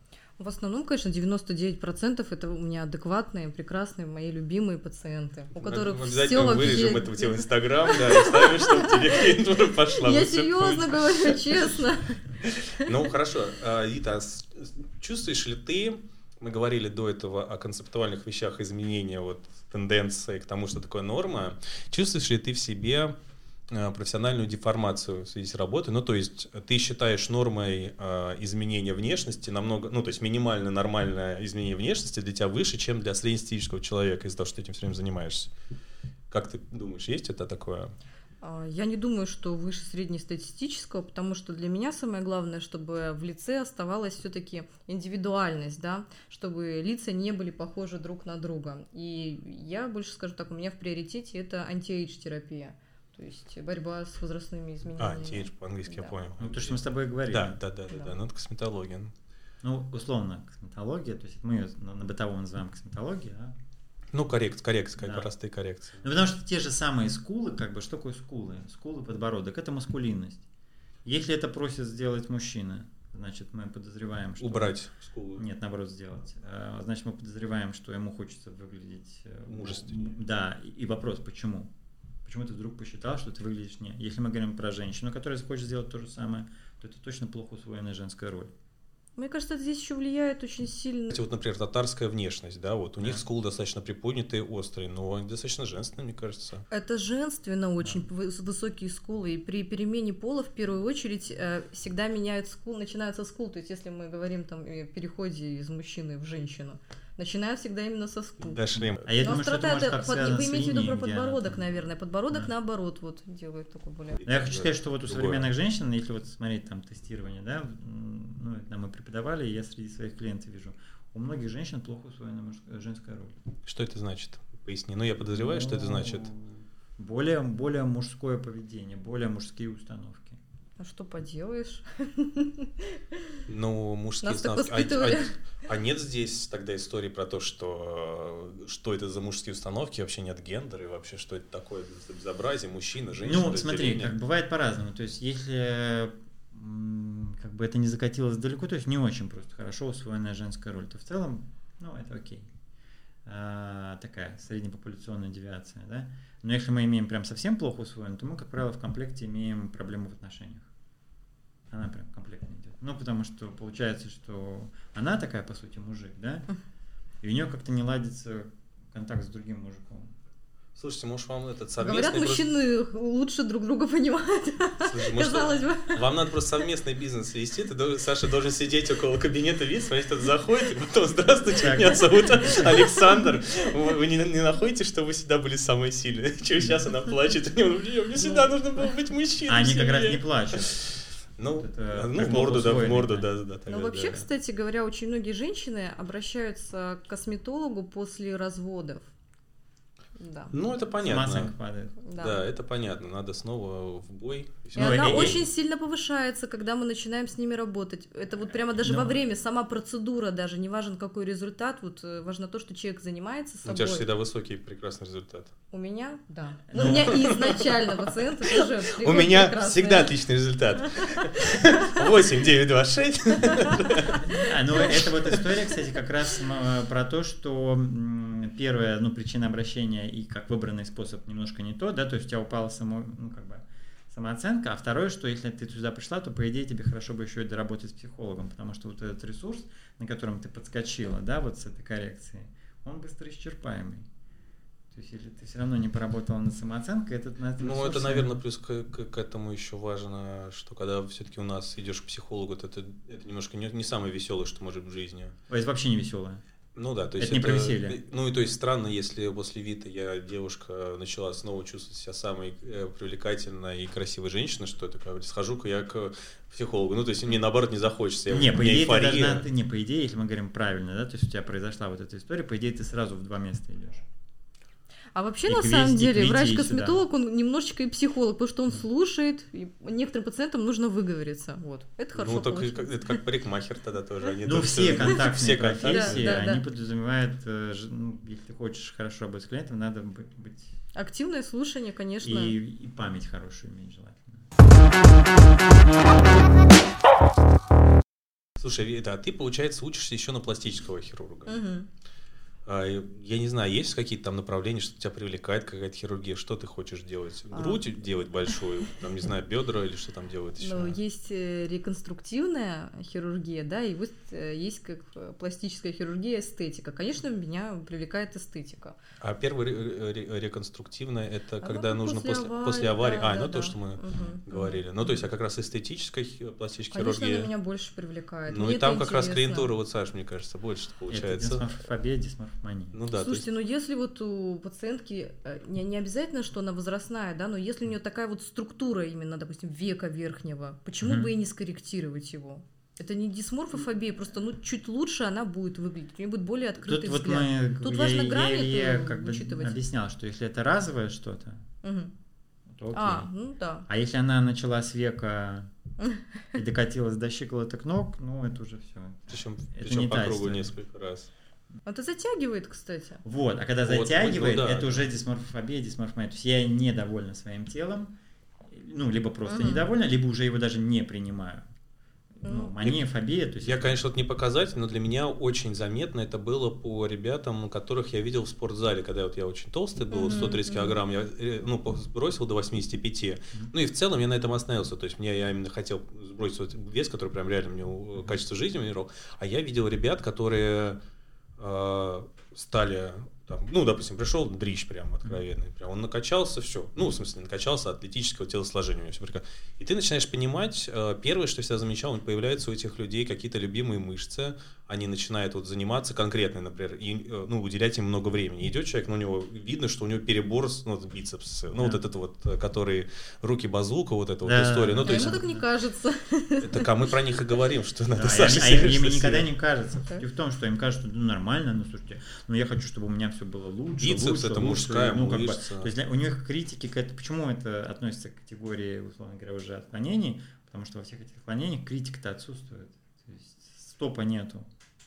В основном, конечно, девяносто девять процентов это у меня адекватные, прекрасные, мои любимые пациенты, у которых мы все обязательно вообще... вырежем это в тебе в Инстаграм, да, и ставим, чтобы тебе клиентура пошла. Я серьезно говорю, честно. Ну, хорошо. Рита, чувствуешь ли ты, мы говорили до этого о концептуальных вещах изменения вот тенденции к тому, что такое норма, чувствуешь ли ты в себе профессиональную деформацию в связи с работой? Ну, то есть ты считаешь нормой э, изменения внешности намного, ну, то есть минимально нормальное изменение внешности для тебя выше, чем для среднестатистического человека из-за того, что ты этим все время занимаешься. Как ты думаешь, есть это такое? Я не думаю, что выше среднестатистического, потому что для меня самое главное, чтобы в лице оставалась все-таки индивидуальность, да, чтобы лица не были похожи друг на друга. И я больше скажу так, у меня в приоритете это анти-эйдж-терапия. То есть борьба с возрастными изменениями. А, антиэйдж по-английски, да. я понял. Ну, то, что мы с тобой говорили. Да, да, да, да, да, ну это косметология. Ну, условно, косметология, то есть мы ее на, на бытовом называем косметологией, а? Ну, коррекция, коррекция, как да. простые коррекции. Ну, потому что те же самые скулы, как бы, что такое скулы? Скулы, подбородок, это маскулинность. Если это просит сделать мужчина, значит, мы подозреваем, что... Убрать скулу. Нет, наоборот, сделать. Значит, мы подозреваем, что ему хочется выглядеть... Мужественнее. Да, и вопрос, почему? Почему ты вдруг посчитал, что ты выглядишь не? Если мы говорим про женщину, которая хочет сделать то же самое, то это точно плохо усвоенная женская роль. Мне кажется, это здесь еще влияет очень сильно. Кстати, вот, например, татарская внешность, да, вот у да. них скулы достаточно приподнятые, острые, но они достаточно женственные, мне кажется. Это женственно очень, да. Высокие скулы, и при перемене пола в первую очередь всегда меняют скул, начинаются скул, то есть если мы говорим там о переходе из мужчины в женщину, начинаю всегда именно со скул. Да, шлем. А я Но думаю, что это может как связано Вы имеете в виду про подбородок, где... наверное. Подбородок, да. наоборот, вот делает такой более... Но я хочу сказать, что вот у современных женщин, если вот смотреть там тестирование, да, ну, это мы преподавали, и я среди своих клиентов вижу, у многих женщин плохо усвоена мужская, женская роль. Что это значит? Поясни. Ну, я подозреваю, ну, что это значит. Более, более мужское поведение, более мужские установки. А что поделаешь? Ну, мужские установки. А, а, а нет здесь тогда истории про то, что что это за мужские установки, вообще нет гендера, и вообще что это такое за безобразие, мужчина, женщина? Ну, смотри, как бывает по-разному. То есть, если как бы это не закатилось далеко, то есть не очень просто хорошо усвоенная женская роль, то в целом, ну, это окей. А, такая среднепопуляционная девиация, да. Но если мы имеем прям совсем плохо усвоенную, то мы, как правило, в комплекте имеем проблему в отношениях. Она прям комплектно идет. Ну, потому что получается, что она такая, по сути, мужик, да, и у нее как-то не ладится контакт с другим мужиком. Слушайте, может, вам этот совместный... Говорят, мужчины просто... лучше друг друга понимают. Слушай, может, казалось бы. Вам надо просто совместный бизнес вести. Ты, должен, Саша, должен сидеть около кабинета вид, смотреть, кто-то заходит, и потом, здравствуйте, меня зовут Александр. Вы, вы не, не находите, что вы всегда были самые сильные? Чего сейчас она плачет? Мне всегда нужно было быть мужчиной. Они как раз не плачут. Ну, это, ну в морду, да, в морду, да, да. Но вообще, да. Кстати говоря, очень многие женщины обращаются к косметологу после разводов. Да. Ну, это понятно. Самооценка падает. Да. да, это понятно. Надо снова в бой. И ну, она и, очень и... сильно повышается, когда мы начинаем с ними работать. Это вот прямо даже ну, во время, сама процедура даже, не важен какой результат, вот важно то, что человек занимается собой. У тебя же всегда высокий прекрасный результат. У меня, да. Ну, у меня изначально пациенты тоже у меня всегда отличный результат. восемь, девять, два, шесть. Ну, это вот история, кстати, как раз про то, что первая, ну, причина обращения и как выбранный способ немножко не то, да, то есть у тебя упала само, ну, как бы самооценка, а второе, что если ты туда пришла, то, по идее, тебе хорошо бы еще и доработать с психологом, потому что вот этот ресурс, на котором ты подскочила, да, вот с этой коррекцией, он быстро исчерпаемый. То есть, если ты все равно не поработала над самооценкой, этот на Ну, ресурс... это, наверное, плюс к, к, к этому еще важно, что когда все-таки у нас идешь к психологу, то это, это немножко не, не самое веселое, что может быть в жизни. Ой, это вообще не веселое. Ну да, то есть это, это не про веселье. Ну и то есть странно, если после Виты я, девушка, начала снова чувствовать себя самой э, привлекательной и красивой женщиной, что это как схожу-ка я к психологу. Ну то есть мне наоборот не захочется. Я, не, по идее, ты должна, ты, не, по идее, если мы говорим правильно, да, то есть у тебя произошла вот эта история, по идее ты сразу в два места идешь. А вообще, И на к самом везде, к деле, Вите врач-косметолог, он немножечко и психолог, потому что он слушает, и некоторым пациентам нужно выговориться. Вот. Это хорошо Ну, только получилось. это как парикмахер тогда тоже. Они Ну, тоже все контактные все профессии, Да, да, да. они подразумевают, э, ж- ну, если ты хочешь хорошо работать с клиентом, надо быть, быть Активное слушание, конечно. и, и память хорошую иметь желательно. Слушай, Вита, а ты, получается, учишься еще на пластического хирурга. Мгм. А, я не знаю, есть какие-то там направления, что тебя привлекает какая-то хирургия? Что ты хочешь делать? А. Грудь делать большую? Там, не знаю, бедра или что там делают еще? Ну, есть э, реконструктивная хирургия, да, и вот э, есть как э, пластическая хирургия, эстетика. Конечно, меня привлекает эстетика. А первая ре- ре- реконструктивная это Она когда как нужно после после, аварии, после аварии. да, а, да, ну да. то, что мы Мгм, говорили. мгм, Ну, то есть, а мгм. как раз эстетическая хи- пластическая Конечно, хирургия. она меня больше привлекает. Ну Мне и там это как раз интересно. клиентура, вот, Саш, мне кажется, больше Это получается. дисморфофобия, дисморфомания. Ну да, то есть, Слушайте, ну если вот у пациентки, э, не, не обязательно, что она возрастная, да, но если у нее такая вот структура именно, допустим, века верхнего, почему Мгм. бы и не скорректировать его? Это не дисморфофобия, просто ну чуть лучше она будет выглядеть, у нее будет более открытый Тут вот взгляд. мы, Тут я, важно я- грани я эту как бы учитывать. объяснял, что если это разовое что-то, Мгм. то окей. А, ну да. А если она начала с века и докатилась до щиколоток ног, ну это уже все. причем, это причем не по та кругу история. несколько раз. Это затягивает, кстати. Вот, а когда Вот, затягивает, ну да. это уже дисморфофобия, дисморфомания. То есть я недовольна своим телом, ну, либо просто Мгм. недовольна, либо уже его даже не принимаю. Ну, Ну, мания, фобия, то есть... Я, это- конечно, вот не показатель, но для меня очень заметно это было по ребятам, которых я видел в спортзале, когда вот я очень толстый был, Мгм, сто тридцать мгм. килограмм, я э, ну, сбросил до восьмидесяти пяти. Ну и в целом я на этом остановился, то есть мне я именно хотел сбросить вот вес, который прям реально мне э, качество жизни менял, а я видел ребят, которые э, стали, там, ну, допустим, пришел дрищ прям откровенный, прям он накачался, все, ну, в смысле, накачался атлетического телосложения, у него все прекрасно. И ты начинаешь понимать, э, первое, что я всегда замечал, появляются у этих людей какие-то любимые мышцы, они начинают вот заниматься конкретно, например, и, э, ну, уделять им много времени. Идет человек, ну, у него видно, что у него перебор, с- ну, вот бицепс, ну, вот Да. этот вот, э, который руки базука, вот эта Да. вот история. Ну, а то есть, ему так не кажется. так, а мы про них и говорим, что надо Да, Саше а им, а им серьезно никогда сидеть. не кажется. Так. И в том, что им кажется, что ну, нормально, ну слушайте, ну я хочу, чтобы у меня все было лучше. Бицепс лучше, это лучше, мужская ну, как бы, мышца. то есть для- у них критики к этому. Почему это относится к категории, условно говоря, уже отклонений? Потому что во всех этих отклонениях критика-то отсутствует. То есть стопа нету.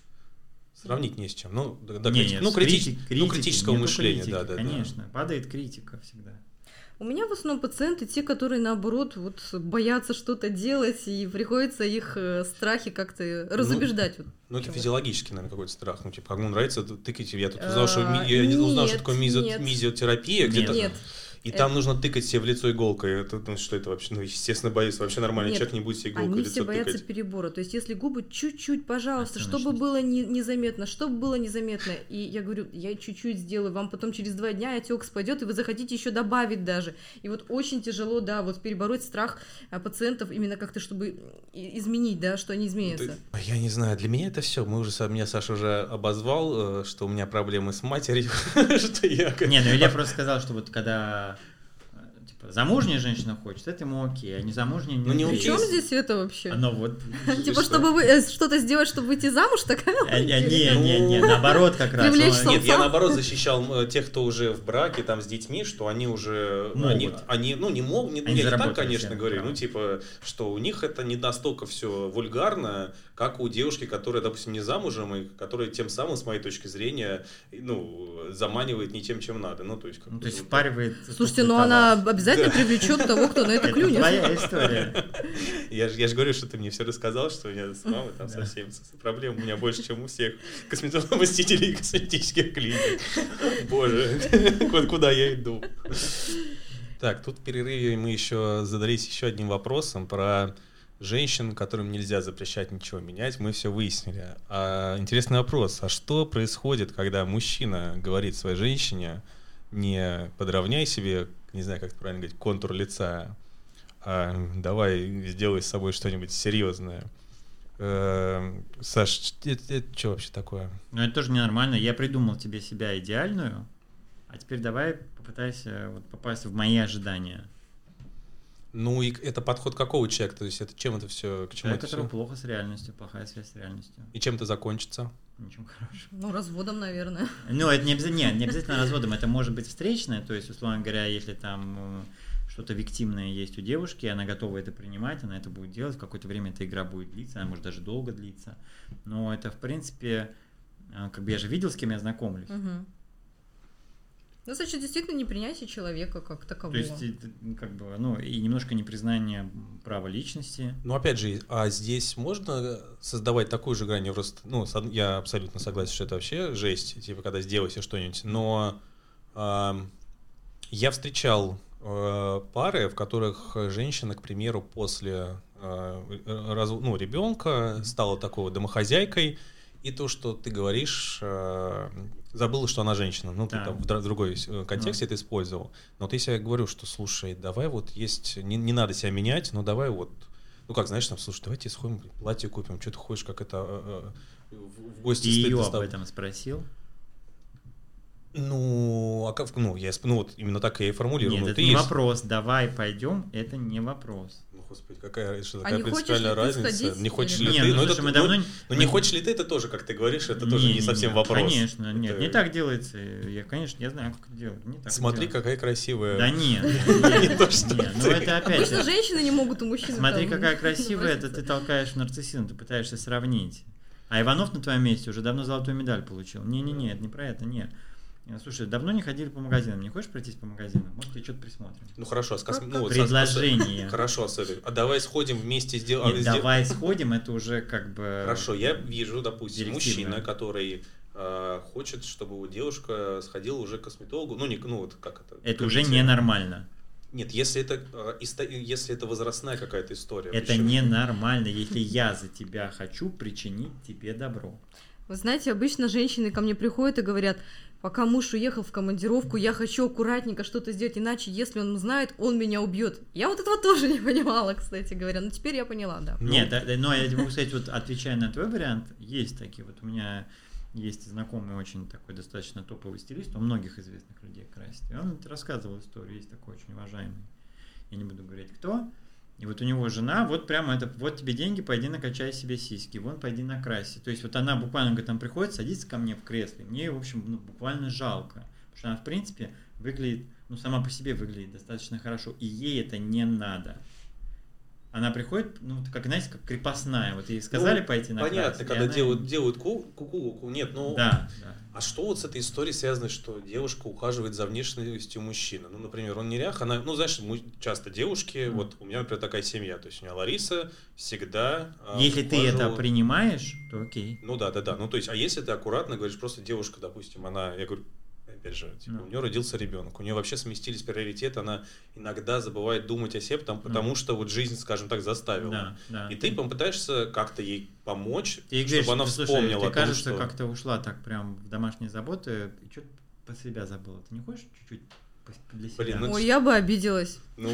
Сравнить не с чем. Ну, да, да, Не, крити- нет, ну, с крити- крити- ну, критики, критического нету мышления, критики, да, да, да. конечно, падает критика всегда. У меня в основном пациенты те, которые наоборот вот боятся что-то делать, и приходится их э, страхи как-то разубеждать. вот. Ну, это Вот. физиологический, наверное, какой-то страх. Ну, типа, кому нравится тыкать. Я тут узнал, что, А, ми- я не узнал, что нет, такое мизо- нет. мизиотерапия. Где-то, Нет. и там Это- нужно тыкать себе в лицо иголкой. Это, ну, что это вообще? Ну, естественно, боюсь. Вообще нормальный Нет, человек не будет себе иголкой в Они лицо все боятся тыкать. перебора. То есть, если губы чуть-чуть, пожалуйста, чтобы Оценочность. было не- незаметно, чтобы было незаметно. И я говорю, я чуть-чуть сделаю, вам потом через два дня отек спадет, и вы захотите еще добавить даже. И вот очень тяжело, да, вот перебороть страх а, пациентов именно как-то, чтобы и- изменить, да, что они изменятся. Ты- а Я не знаю, для меня это все. Мы уже, са- меня Саша уже обозвал, э, что у меня проблемы с матерью, что я... как- Не, ну Илья просто сказал, что вот когда э, типа, замужняя женщина хочет, это ему окей, а не замужняя Ну, не При окей. чем Есть- здесь это вообще? Оно вот... Типа, что? чтобы вы э, что-то сделать, чтобы выйти замуж, такая? Э, э, Не, не, не, наоборот как раз. Привлечь Он- самца. Нет, я наоборот защищал э, тех, кто уже в браке, там, с детьми, что они уже... Могут. Они, они, ну, не могут, не, ну, Они я не так, заработали конечно, себе говорю, право. ну, типа, что у них это не настолько все вульгарно, как у девушки, которая, допустим, не замужем, и которая тем самым, с моей точки зрения, ну, заманивает не тем, чем надо. Ну, то есть, как Ну, бы, то есть ну, впаривает... Слушайте, тухлый ну она товар. обязательно привлечет того, кто на это Это клюнет. твоя история. Я же я ж говорю, что ты мне все рассказал, что у меня с мамой там Да. совсем с- проблем у меня больше, чем у всех косметологов-мастителей и косметических клиник. Боже, ку- куда я иду? Так, тут в перерыве мы еще задались еще одним вопросом про женщин, которым нельзя запрещать ничего менять. Мы все выяснили. А интересный вопрос. А что происходит, когда мужчина говорит своей женщине: не подровняй себе, не знаю, как это правильно говорить, контур лица, а давай сделай с собой что-нибудь серьезное. Э, Саш, это, что вообще такое? Ну, это тоже ненормально. Я придумал тебе себя идеальную, а теперь давай попытайся вот попасть в мои ожидания. Ну и это подход какого человека? То есть это чем это все? К чему Человек, это который все? плохо с реальностью, плохая связь с реальностью. И чем это закончится? Ничем хорошим. Ну, разводом, наверное. Ну, это не обязательно, нет, не обязательно разводом, это может быть встречное, то есть, условно говоря, если там э, что-то виктимное есть у девушки, она готова это принимать, она это будет делать, в какое-то время эта игра будет длиться, она может даже долго длиться, но это, в принципе, э, как бы я же видел, с кем я знакомлюсь. Угу. Ну, значит, действительно непринятие человека как такового. То есть, это, как бы, ну, и немножко непризнание права личности. Ну, опять же, а здесь можно создавать такую же грань? Просто, ну, я абсолютно согласен, что это вообще жесть, типа, когда сделаете что-нибудь. Но э, я встречал э, пары, в которых женщина, к примеру, после э, раз, ну, ребенка стала такой домохозяйкой, и то, что ты говоришь, э, забыла, что она женщина. Ну, ты да. там в другой контексте ну. это использовал. Но вот если я говорю, что, слушай, давай вот есть... Не, не надо себя менять, но давай вот... Ну, как, знаешь, там, слушай, давайте сходим, платье купим. Что ты хочешь, как это... Э, э, в гости... Ты ее об этом спросил? Ну, а как, ну, я, ну, вот именно так я и формулирую. Нет, ну, это ты не есть... вопрос. Давай пойдем, это не вопрос. Ну, господи, какая, что, А такая не принципиальная хочешь ли ты разница. сходить? Не хочешь Или ли нет? ты? Не, ну, Ну, слушай, это, мы ну, давно... ну, не хочешь ли ты, это тоже, как ты говоришь, это тоже не, не совсем не, вопрос. Конечно, это... нет, не так делается. Я, конечно, я знаю, как это делать. Не так Смотри, делать. какая красивая. Да нет, не то, что ну это опять. Обычно женщины не могут у мужчин. Смотри, какая красивая, это ты толкаешь в нарциссизм, ты пытаешься сравнить. А Иванов на твоем месте уже давно золотую медаль получил. Не-не-не, это не про это, нет. Слушай, давно не ходили по магазинам. Не хочешь пройтись по магазинам? Может, тебе что-то присмотрим? Ну хорошо, а с косм... ну, вот предложение. С... Хорошо, с этой. А давай сходим вместе сделаем. Нет, давай сходим, это уже как бы. Хорошо, я вижу, допустим, мужчина, который э, хочет, чтобы его девушка сходила уже к косметологу. Ну, не, ну вот как это. Это уже ненормально. Нет, если это, если это возрастная какая-то история. Это ненормально, если я за тебя хочу причинить тебе добро. Вы знаете, обычно женщины ко мне приходят и говорят: пока муж уехал в командировку, я хочу аккуратненько что-то сделать, иначе, если он знает, он меня убьет. Я вот этого тоже не понимала, кстати говоря, но теперь я поняла, да. Нет, но я могу сказать, вот отвечая на твой вариант, есть такие, вот у меня есть знакомый очень такой достаточно топовый стилист, он многих известных людей красит, и он рассказывал историю, есть такой очень уважаемый, я не буду говорить кто, и вот у него жена, вот прямо это, вот тебе деньги, пойди накачай себе сиськи, вон пойди накраси. То есть вот она буквально, говорит, там приходит, садится ко мне в кресле, мне, в общем, ну, буквально жалко, потому что она, в принципе, выглядит, ну, сама по себе выглядит достаточно хорошо, и ей это не надо. Она приходит, ну, как, знаете, как крепостная, вот ей сказали ну, пойти накрасить. Понятно, когда она... делают, делают ку-ку-ку, нет, ну... Да, да. А что вот с этой историей связано, что девушка ухаживает за внешностью мужчины? Ну, например, он нерях, она, ну, знаешь, часто девушки, mm. вот у меня, например, такая семья, то есть у меня Лариса всегда Если ухаживала... ты это принимаешь, то окей. Ну, да, да, да, ну, то есть, а если ты аккуратно говоришь, просто девушка, допустим, она, я говорю, опять же, типа, mm. у нее родился ребенок, у нее вообще сместились приоритеты, она иногда забывает думать о себе, потому, mm. потому что вот жизнь, скажем так, заставила. Да, да. И ты попытаешься как-то ей помочь, ты чтобы говоришь, она слушай, вспомнила ты, о том, кажется, что... как-то ушла так прям в домашние заботы, и что-то по себя забыла. Ты не хочешь чуть-чуть для себя? Блин, ну, ой, я бы обиделась. Ну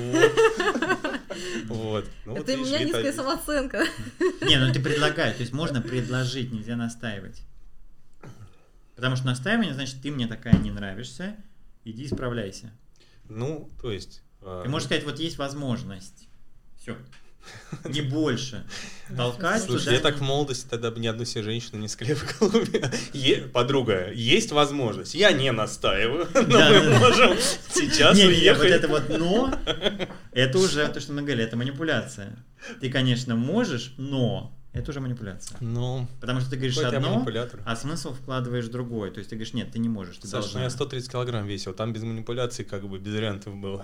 вот. Это у меня низкая самооценка. Не, ну ты предлагай, то есть можно предложить, нельзя настаивать. Потому что настаивание, значит, ты мне такая не нравишься, иди исправляйся. Ну, то есть... Ты можешь сказать, вот есть возможность. Все. Не больше. Толкать. Слушай, туда... я так в молодости тогда бы ни одну себе женщину не склеивал. Е... Подруга, есть возможность. Я не настаиваю, но да, мы да, можем да. сейчас не, уехать. Не, вот это вот «но», это уже то, что мы говорили, это манипуляция. Ты, конечно, можешь, но... Это уже манипуляция. Ну, потому что ты говоришь одно, а смысл вкладываешь другой. То есть ты говоришь, нет, ты не можешь. Ты Саша, должна... ну я сто тридцать килограмм весил, там без манипуляций как бы без вариантов было.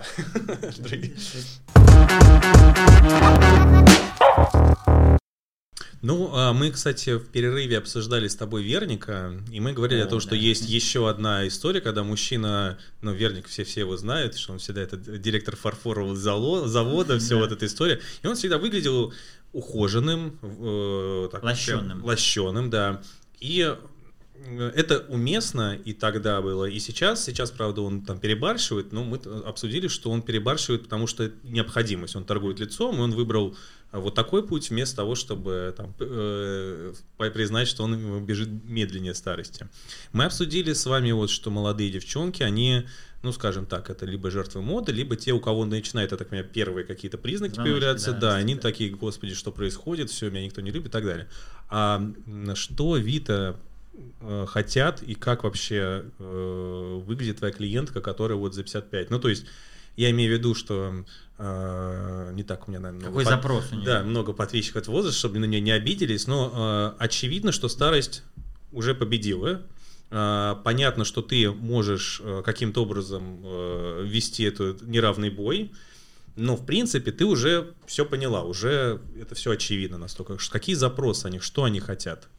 Ну, мы, кстати, в перерыве обсуждали с тобой Верника, и мы говорили о, о том, что да. есть еще одна история, когда мужчина, ну, Верник, все-все его знают, что он всегда этот директор фарфорового завода, все да. вот эта история, и он всегда выглядел ухоженным, э, так, лощеным. лощеным, да, и это уместно и тогда было, и сейчас. Сейчас, правда, он там перебарщивает, но мы обсудили, что он перебарщивает, потому что необходимость. Он торгует лицом, и он выбрал вот такой путь вместо того, чтобы там, э, признать, что он бежит медленнее старости. Мы обсудили с вами, вот, что молодые девчонки, они ну, скажем так, это либо жертвы моды, либо те, у кого начинают, я так понимаю, первые какие-то признаки Звоночки, появляться, да, да, они да. такие, господи, что происходит, все, меня никто не любит и так далее. А что Вита э, хотят и как вообще э, выглядит твоя клиентка, которая вот за пятьдесят пять? Ну, то есть, я имею в виду, что э, не так у меня, наверное, Какой много запрос под... у нее? Да, много подписчиков от возраста, чтобы на нее не обиделись, но э, очевидно, что старость уже победила. Понятно, что ты можешь каким-то образом вести этот неравный бой, но в принципе ты уже все поняла, уже это все очевидно настолько. Какие запросы они, что они хотят?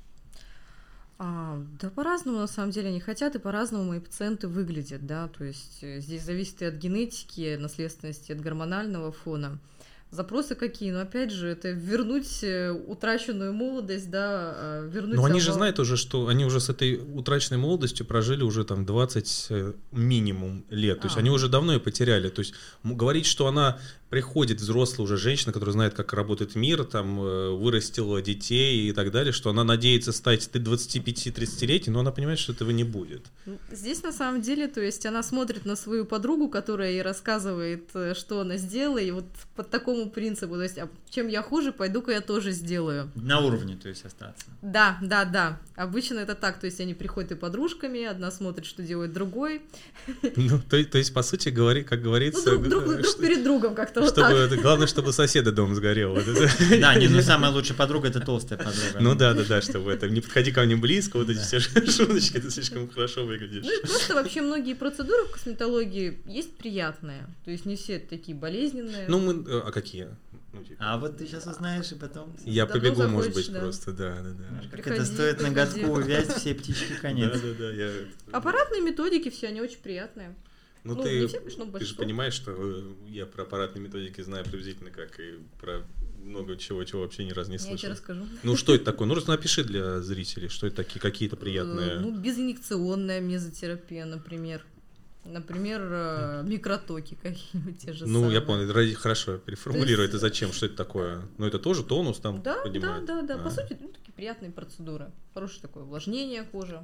А, да по-разному на самом деле они хотят, и по-разному мои пациенты выглядят, да, то есть здесь зависит и от генетики, наследственности, от гормонального фона. Запросы какие? Но опять же, это вернуть утраченную молодость, да, вернуть... Но они обо... же знают уже, что они уже с этой утраченной молодостью прожили уже там двадцать минимум лет. То есть а. они уже давно ее потеряли. То есть говорить, что она приходит взрослая уже женщина, которая знает, как работает мир, там, вырастила детей и так далее, что она надеется стать двадцати пяти тридцатилетней, но она понимает, что этого не будет. Здесь на самом деле, то есть она смотрит на свою подругу, которая ей рассказывает, что она сделала, и вот по такому принципу, то есть, а чем я хуже, пойду-ка я тоже сделаю. На уровне, то есть, остаться. Да, да, да. Обычно это так, то есть они приходят и подружками, одна смотрит, что делает другой. Ну, то, то есть, по сути, говори, как говорится... Ну, друг, друг, друг перед другом как-то вот чтобы, так. Главное, чтобы соседа дом сгорел. Да, не, ну самая лучшая подруга — это толстая подруга. Ну да, да, да, чтобы это, не подходи ко мне близко, вот эти все шуточки, ты слишком хорошо выглядишь. Ну и просто вообще многие процедуры в косметологии есть приятные, то есть не все такие болезненные. Ну мы, а какие? Ну, типа. А вот ты сейчас узнаешь и потом... Я Давно побегу, захочешь, может быть, да. просто, да, да, да. Как Приходи, это стоит приходи. ноготку увязь, все птички конец. Да, да, да, я... Аппаратные методики все, они очень приятные. Ну, Ну, ты, не все, конечно, но ты же большинство. понимаешь, что я про аппаратные методики знаю приблизительно, как и про много чего, чего вообще ни разу не Я тебе слышал. расскажу. Ну, что это такое? Ну, раз напиши для зрителей, что это такие какие-то приятные... Э, Ну, безинъекционная мезотерапия, например. Например, э, микротоки какие-нибудь те же Ну, самые. я понял, ради- хорошо, переформулируй, есть- это зачем, что это такое? Ну, это тоже тонус там Да, поднимает? да, да, да. А. По сути, ну, такие приятные процедуры. Хорошее такое увлажнение кожи.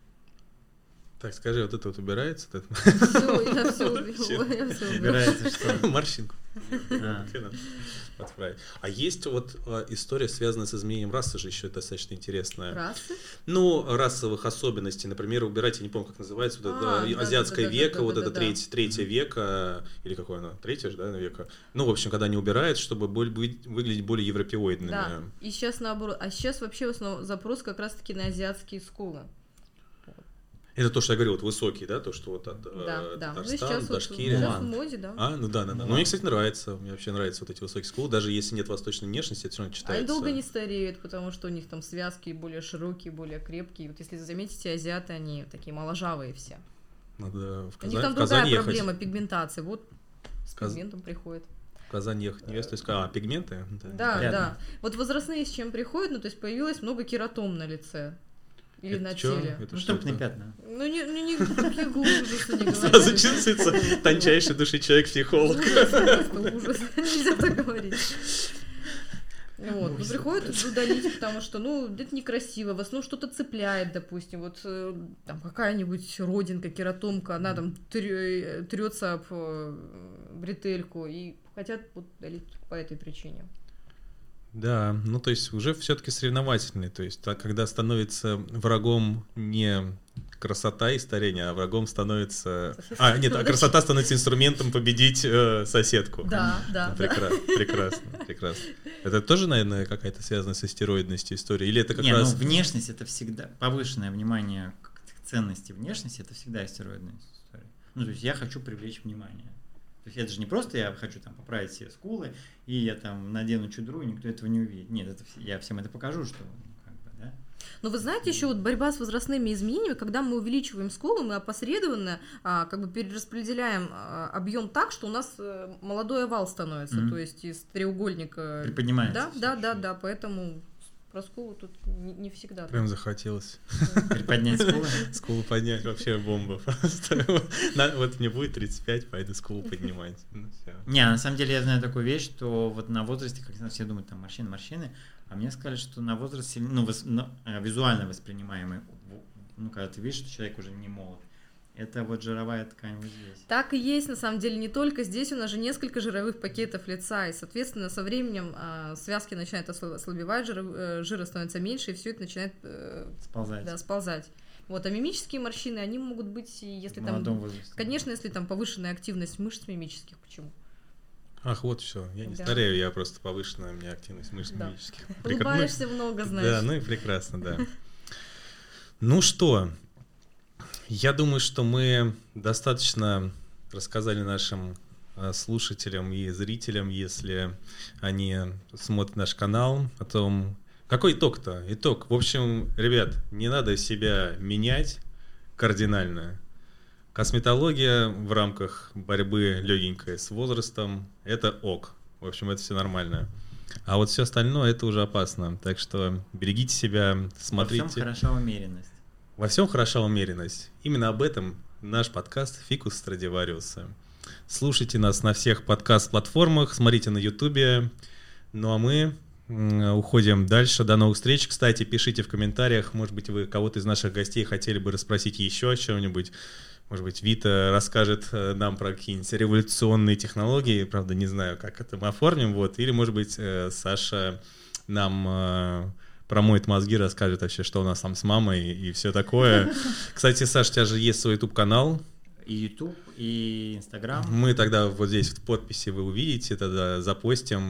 Так, скажи, вот это вот убирается? Вот это? Все, я все убила. Я все убила. Убирается что? Морщинку. А. Подправить. А есть вот э, история, связанная с изменением расы, же еще достаточно интересная. Расы? Ну, расовых особенностей. Например, убирать, я не помню, как называется, вот это, А, да, да, азиатское да, да, веко, да, вот да, это да, треть, третье века, или какое оно, третье же, да, века. Ну, в общем, когда они убирают, чтобы боль- быть- выглядеть более европеоидными. Да. И сейчас наоборот. А сейчас вообще в основном запрос как раз-таки на азиатские скулы. Это то, что я говорил, вот высокий, да, то, что вот от Да, э, да. Ну, Татарстан, сейчас, вот, Башкирия. сейчас в Мулан. моде, да. А, ну да, да, да. Но мне, кстати, нравится. Мне вообще нравятся вот эти высокие скулы. Даже если нет восточной внешности, это все равно читается. Они долго не стареют, потому что у них там связки более широкие, более крепкие. Вот если заметите, азиаты, они такие моложавые все. Надо в, У них Казань, там в Казань другая ехать. проблема пигментации. Вот с Каз- пигментом приходит. В Казань ехать не то есть, а, пигменты? Да, Понятно. да. Вот возрастные с чем приходят, ну то есть появилось много кератом на лице. Или Это на чё? теле. Это Ну, что трупные это? пятна. Ну, не, ну, не, таких ужаса не Сразу говорите. чувствуется тончайший души человек-психолог. Ужас, просто ужас. Нельзя так говорить. Вот, ну, приходят удалить, потому что, ну, это некрасиво, в основном что-то цепляет, допустим, вот э, там какая-нибудь родинка, кератомка, она там трё- трется об э, бретельку, и хотят вот удалить по этой причине. Да, ну то есть уже все-таки соревновательный, то есть так, когда становится врагом не красота и старение, а врагом становится... А, нет, а красота становится инструментом победить э, соседку. Да, да, Ну, да. Прекрасно, прекрасно, прекрасно. Это тоже, наверное, какая-то связана с истероидностью история? Или это как Не, раз... ну внешность — это всегда повышенное внимание к к ценности внешности, это всегда стероидная история. Ну, то есть я хочу привлечь внимание. То есть это же не просто я хочу там поправить себе скулы, и я там надену чудру, и никто этого не увидит. Нет, это, вс- я всем это покажу, что ну, как бы, да. Но вы знаете, еще вот борьба с возрастными изменениями, когда мы увеличиваем скулы, мы опосредованно а, как бы перераспределяем а, объем так, что у нас а, молодой овал становится, Мгм. то есть из треугольника. Приподнимается Да, всё да, да, чуть-чуть. да, поэтому про скулу тут не, не всегда. Прям захотелось Приподнять скулы. скулу поднять, вообще бомба просто. На- Вот мне будет тридцать пять, пойду скулу поднимать. Ну, всё. Не, на самом деле я знаю такую вещь, что вот на возрасте, как все думают, там морщины, морщины, а мне сказали, что на возрасте, ну, вос- ну, э, визуально воспринимаемый, в- ну, когда ты видишь, что человек уже не молод, Это вот жировая ткань вот здесь. Так и есть, на самом деле, не только здесь, у нас же несколько жировых пакетов лица, и, соответственно, со временем э, связки начинают ослабевать, жира, э, жира становится меньше, и все это начинает э, сползать. Да, сползать. Вот, а мимические морщины, они могут быть, если в там... молодом возрасте. Конечно, если там повышенная активность мышц мимических, почему? Ах, вот все, я не да. старею, я просто повышенная у меня активность мышц да. мимических. Улыбаешься ну, много, знаешь. Да, ну и прекрасно, да. Ну что, я думаю, что мы достаточно рассказали нашим слушателям и зрителям, если они смотрят наш канал, о том, какой итог-то? Итог. В общем, ребят, не надо себя менять кардинально. Косметология в рамках борьбы легенькой с возрастом – это ок. В общем, это все нормально. А вот все остальное – это уже опасно. Так что берегите себя, смотрите. Во всем хороша умеренность. Во всем хороша умеренность. Именно об этом наш подкаст «Фикус Страдивариуса». Слушайте нас на всех подкаст-платформах, смотрите на Ютубе. Ну а мы уходим дальше. До новых встреч. Кстати, пишите в комментариях, может быть, вы кого-то из наших гостей хотели бы расспросить еще о чем-нибудь. Может быть, Вита расскажет нам про какие-нибудь революционные технологии. Правда, не знаю, как это мы оформим. Вот. Или, может быть, Саша нам промоет мозги, расскажет вообще, что у нас там с мамой и все такое. Кстати, Саша, у тебя же есть свой YouTube-канал. И YouTube, и Instagram. Мы тогда вот здесь в подписи вы увидите, тогда запостим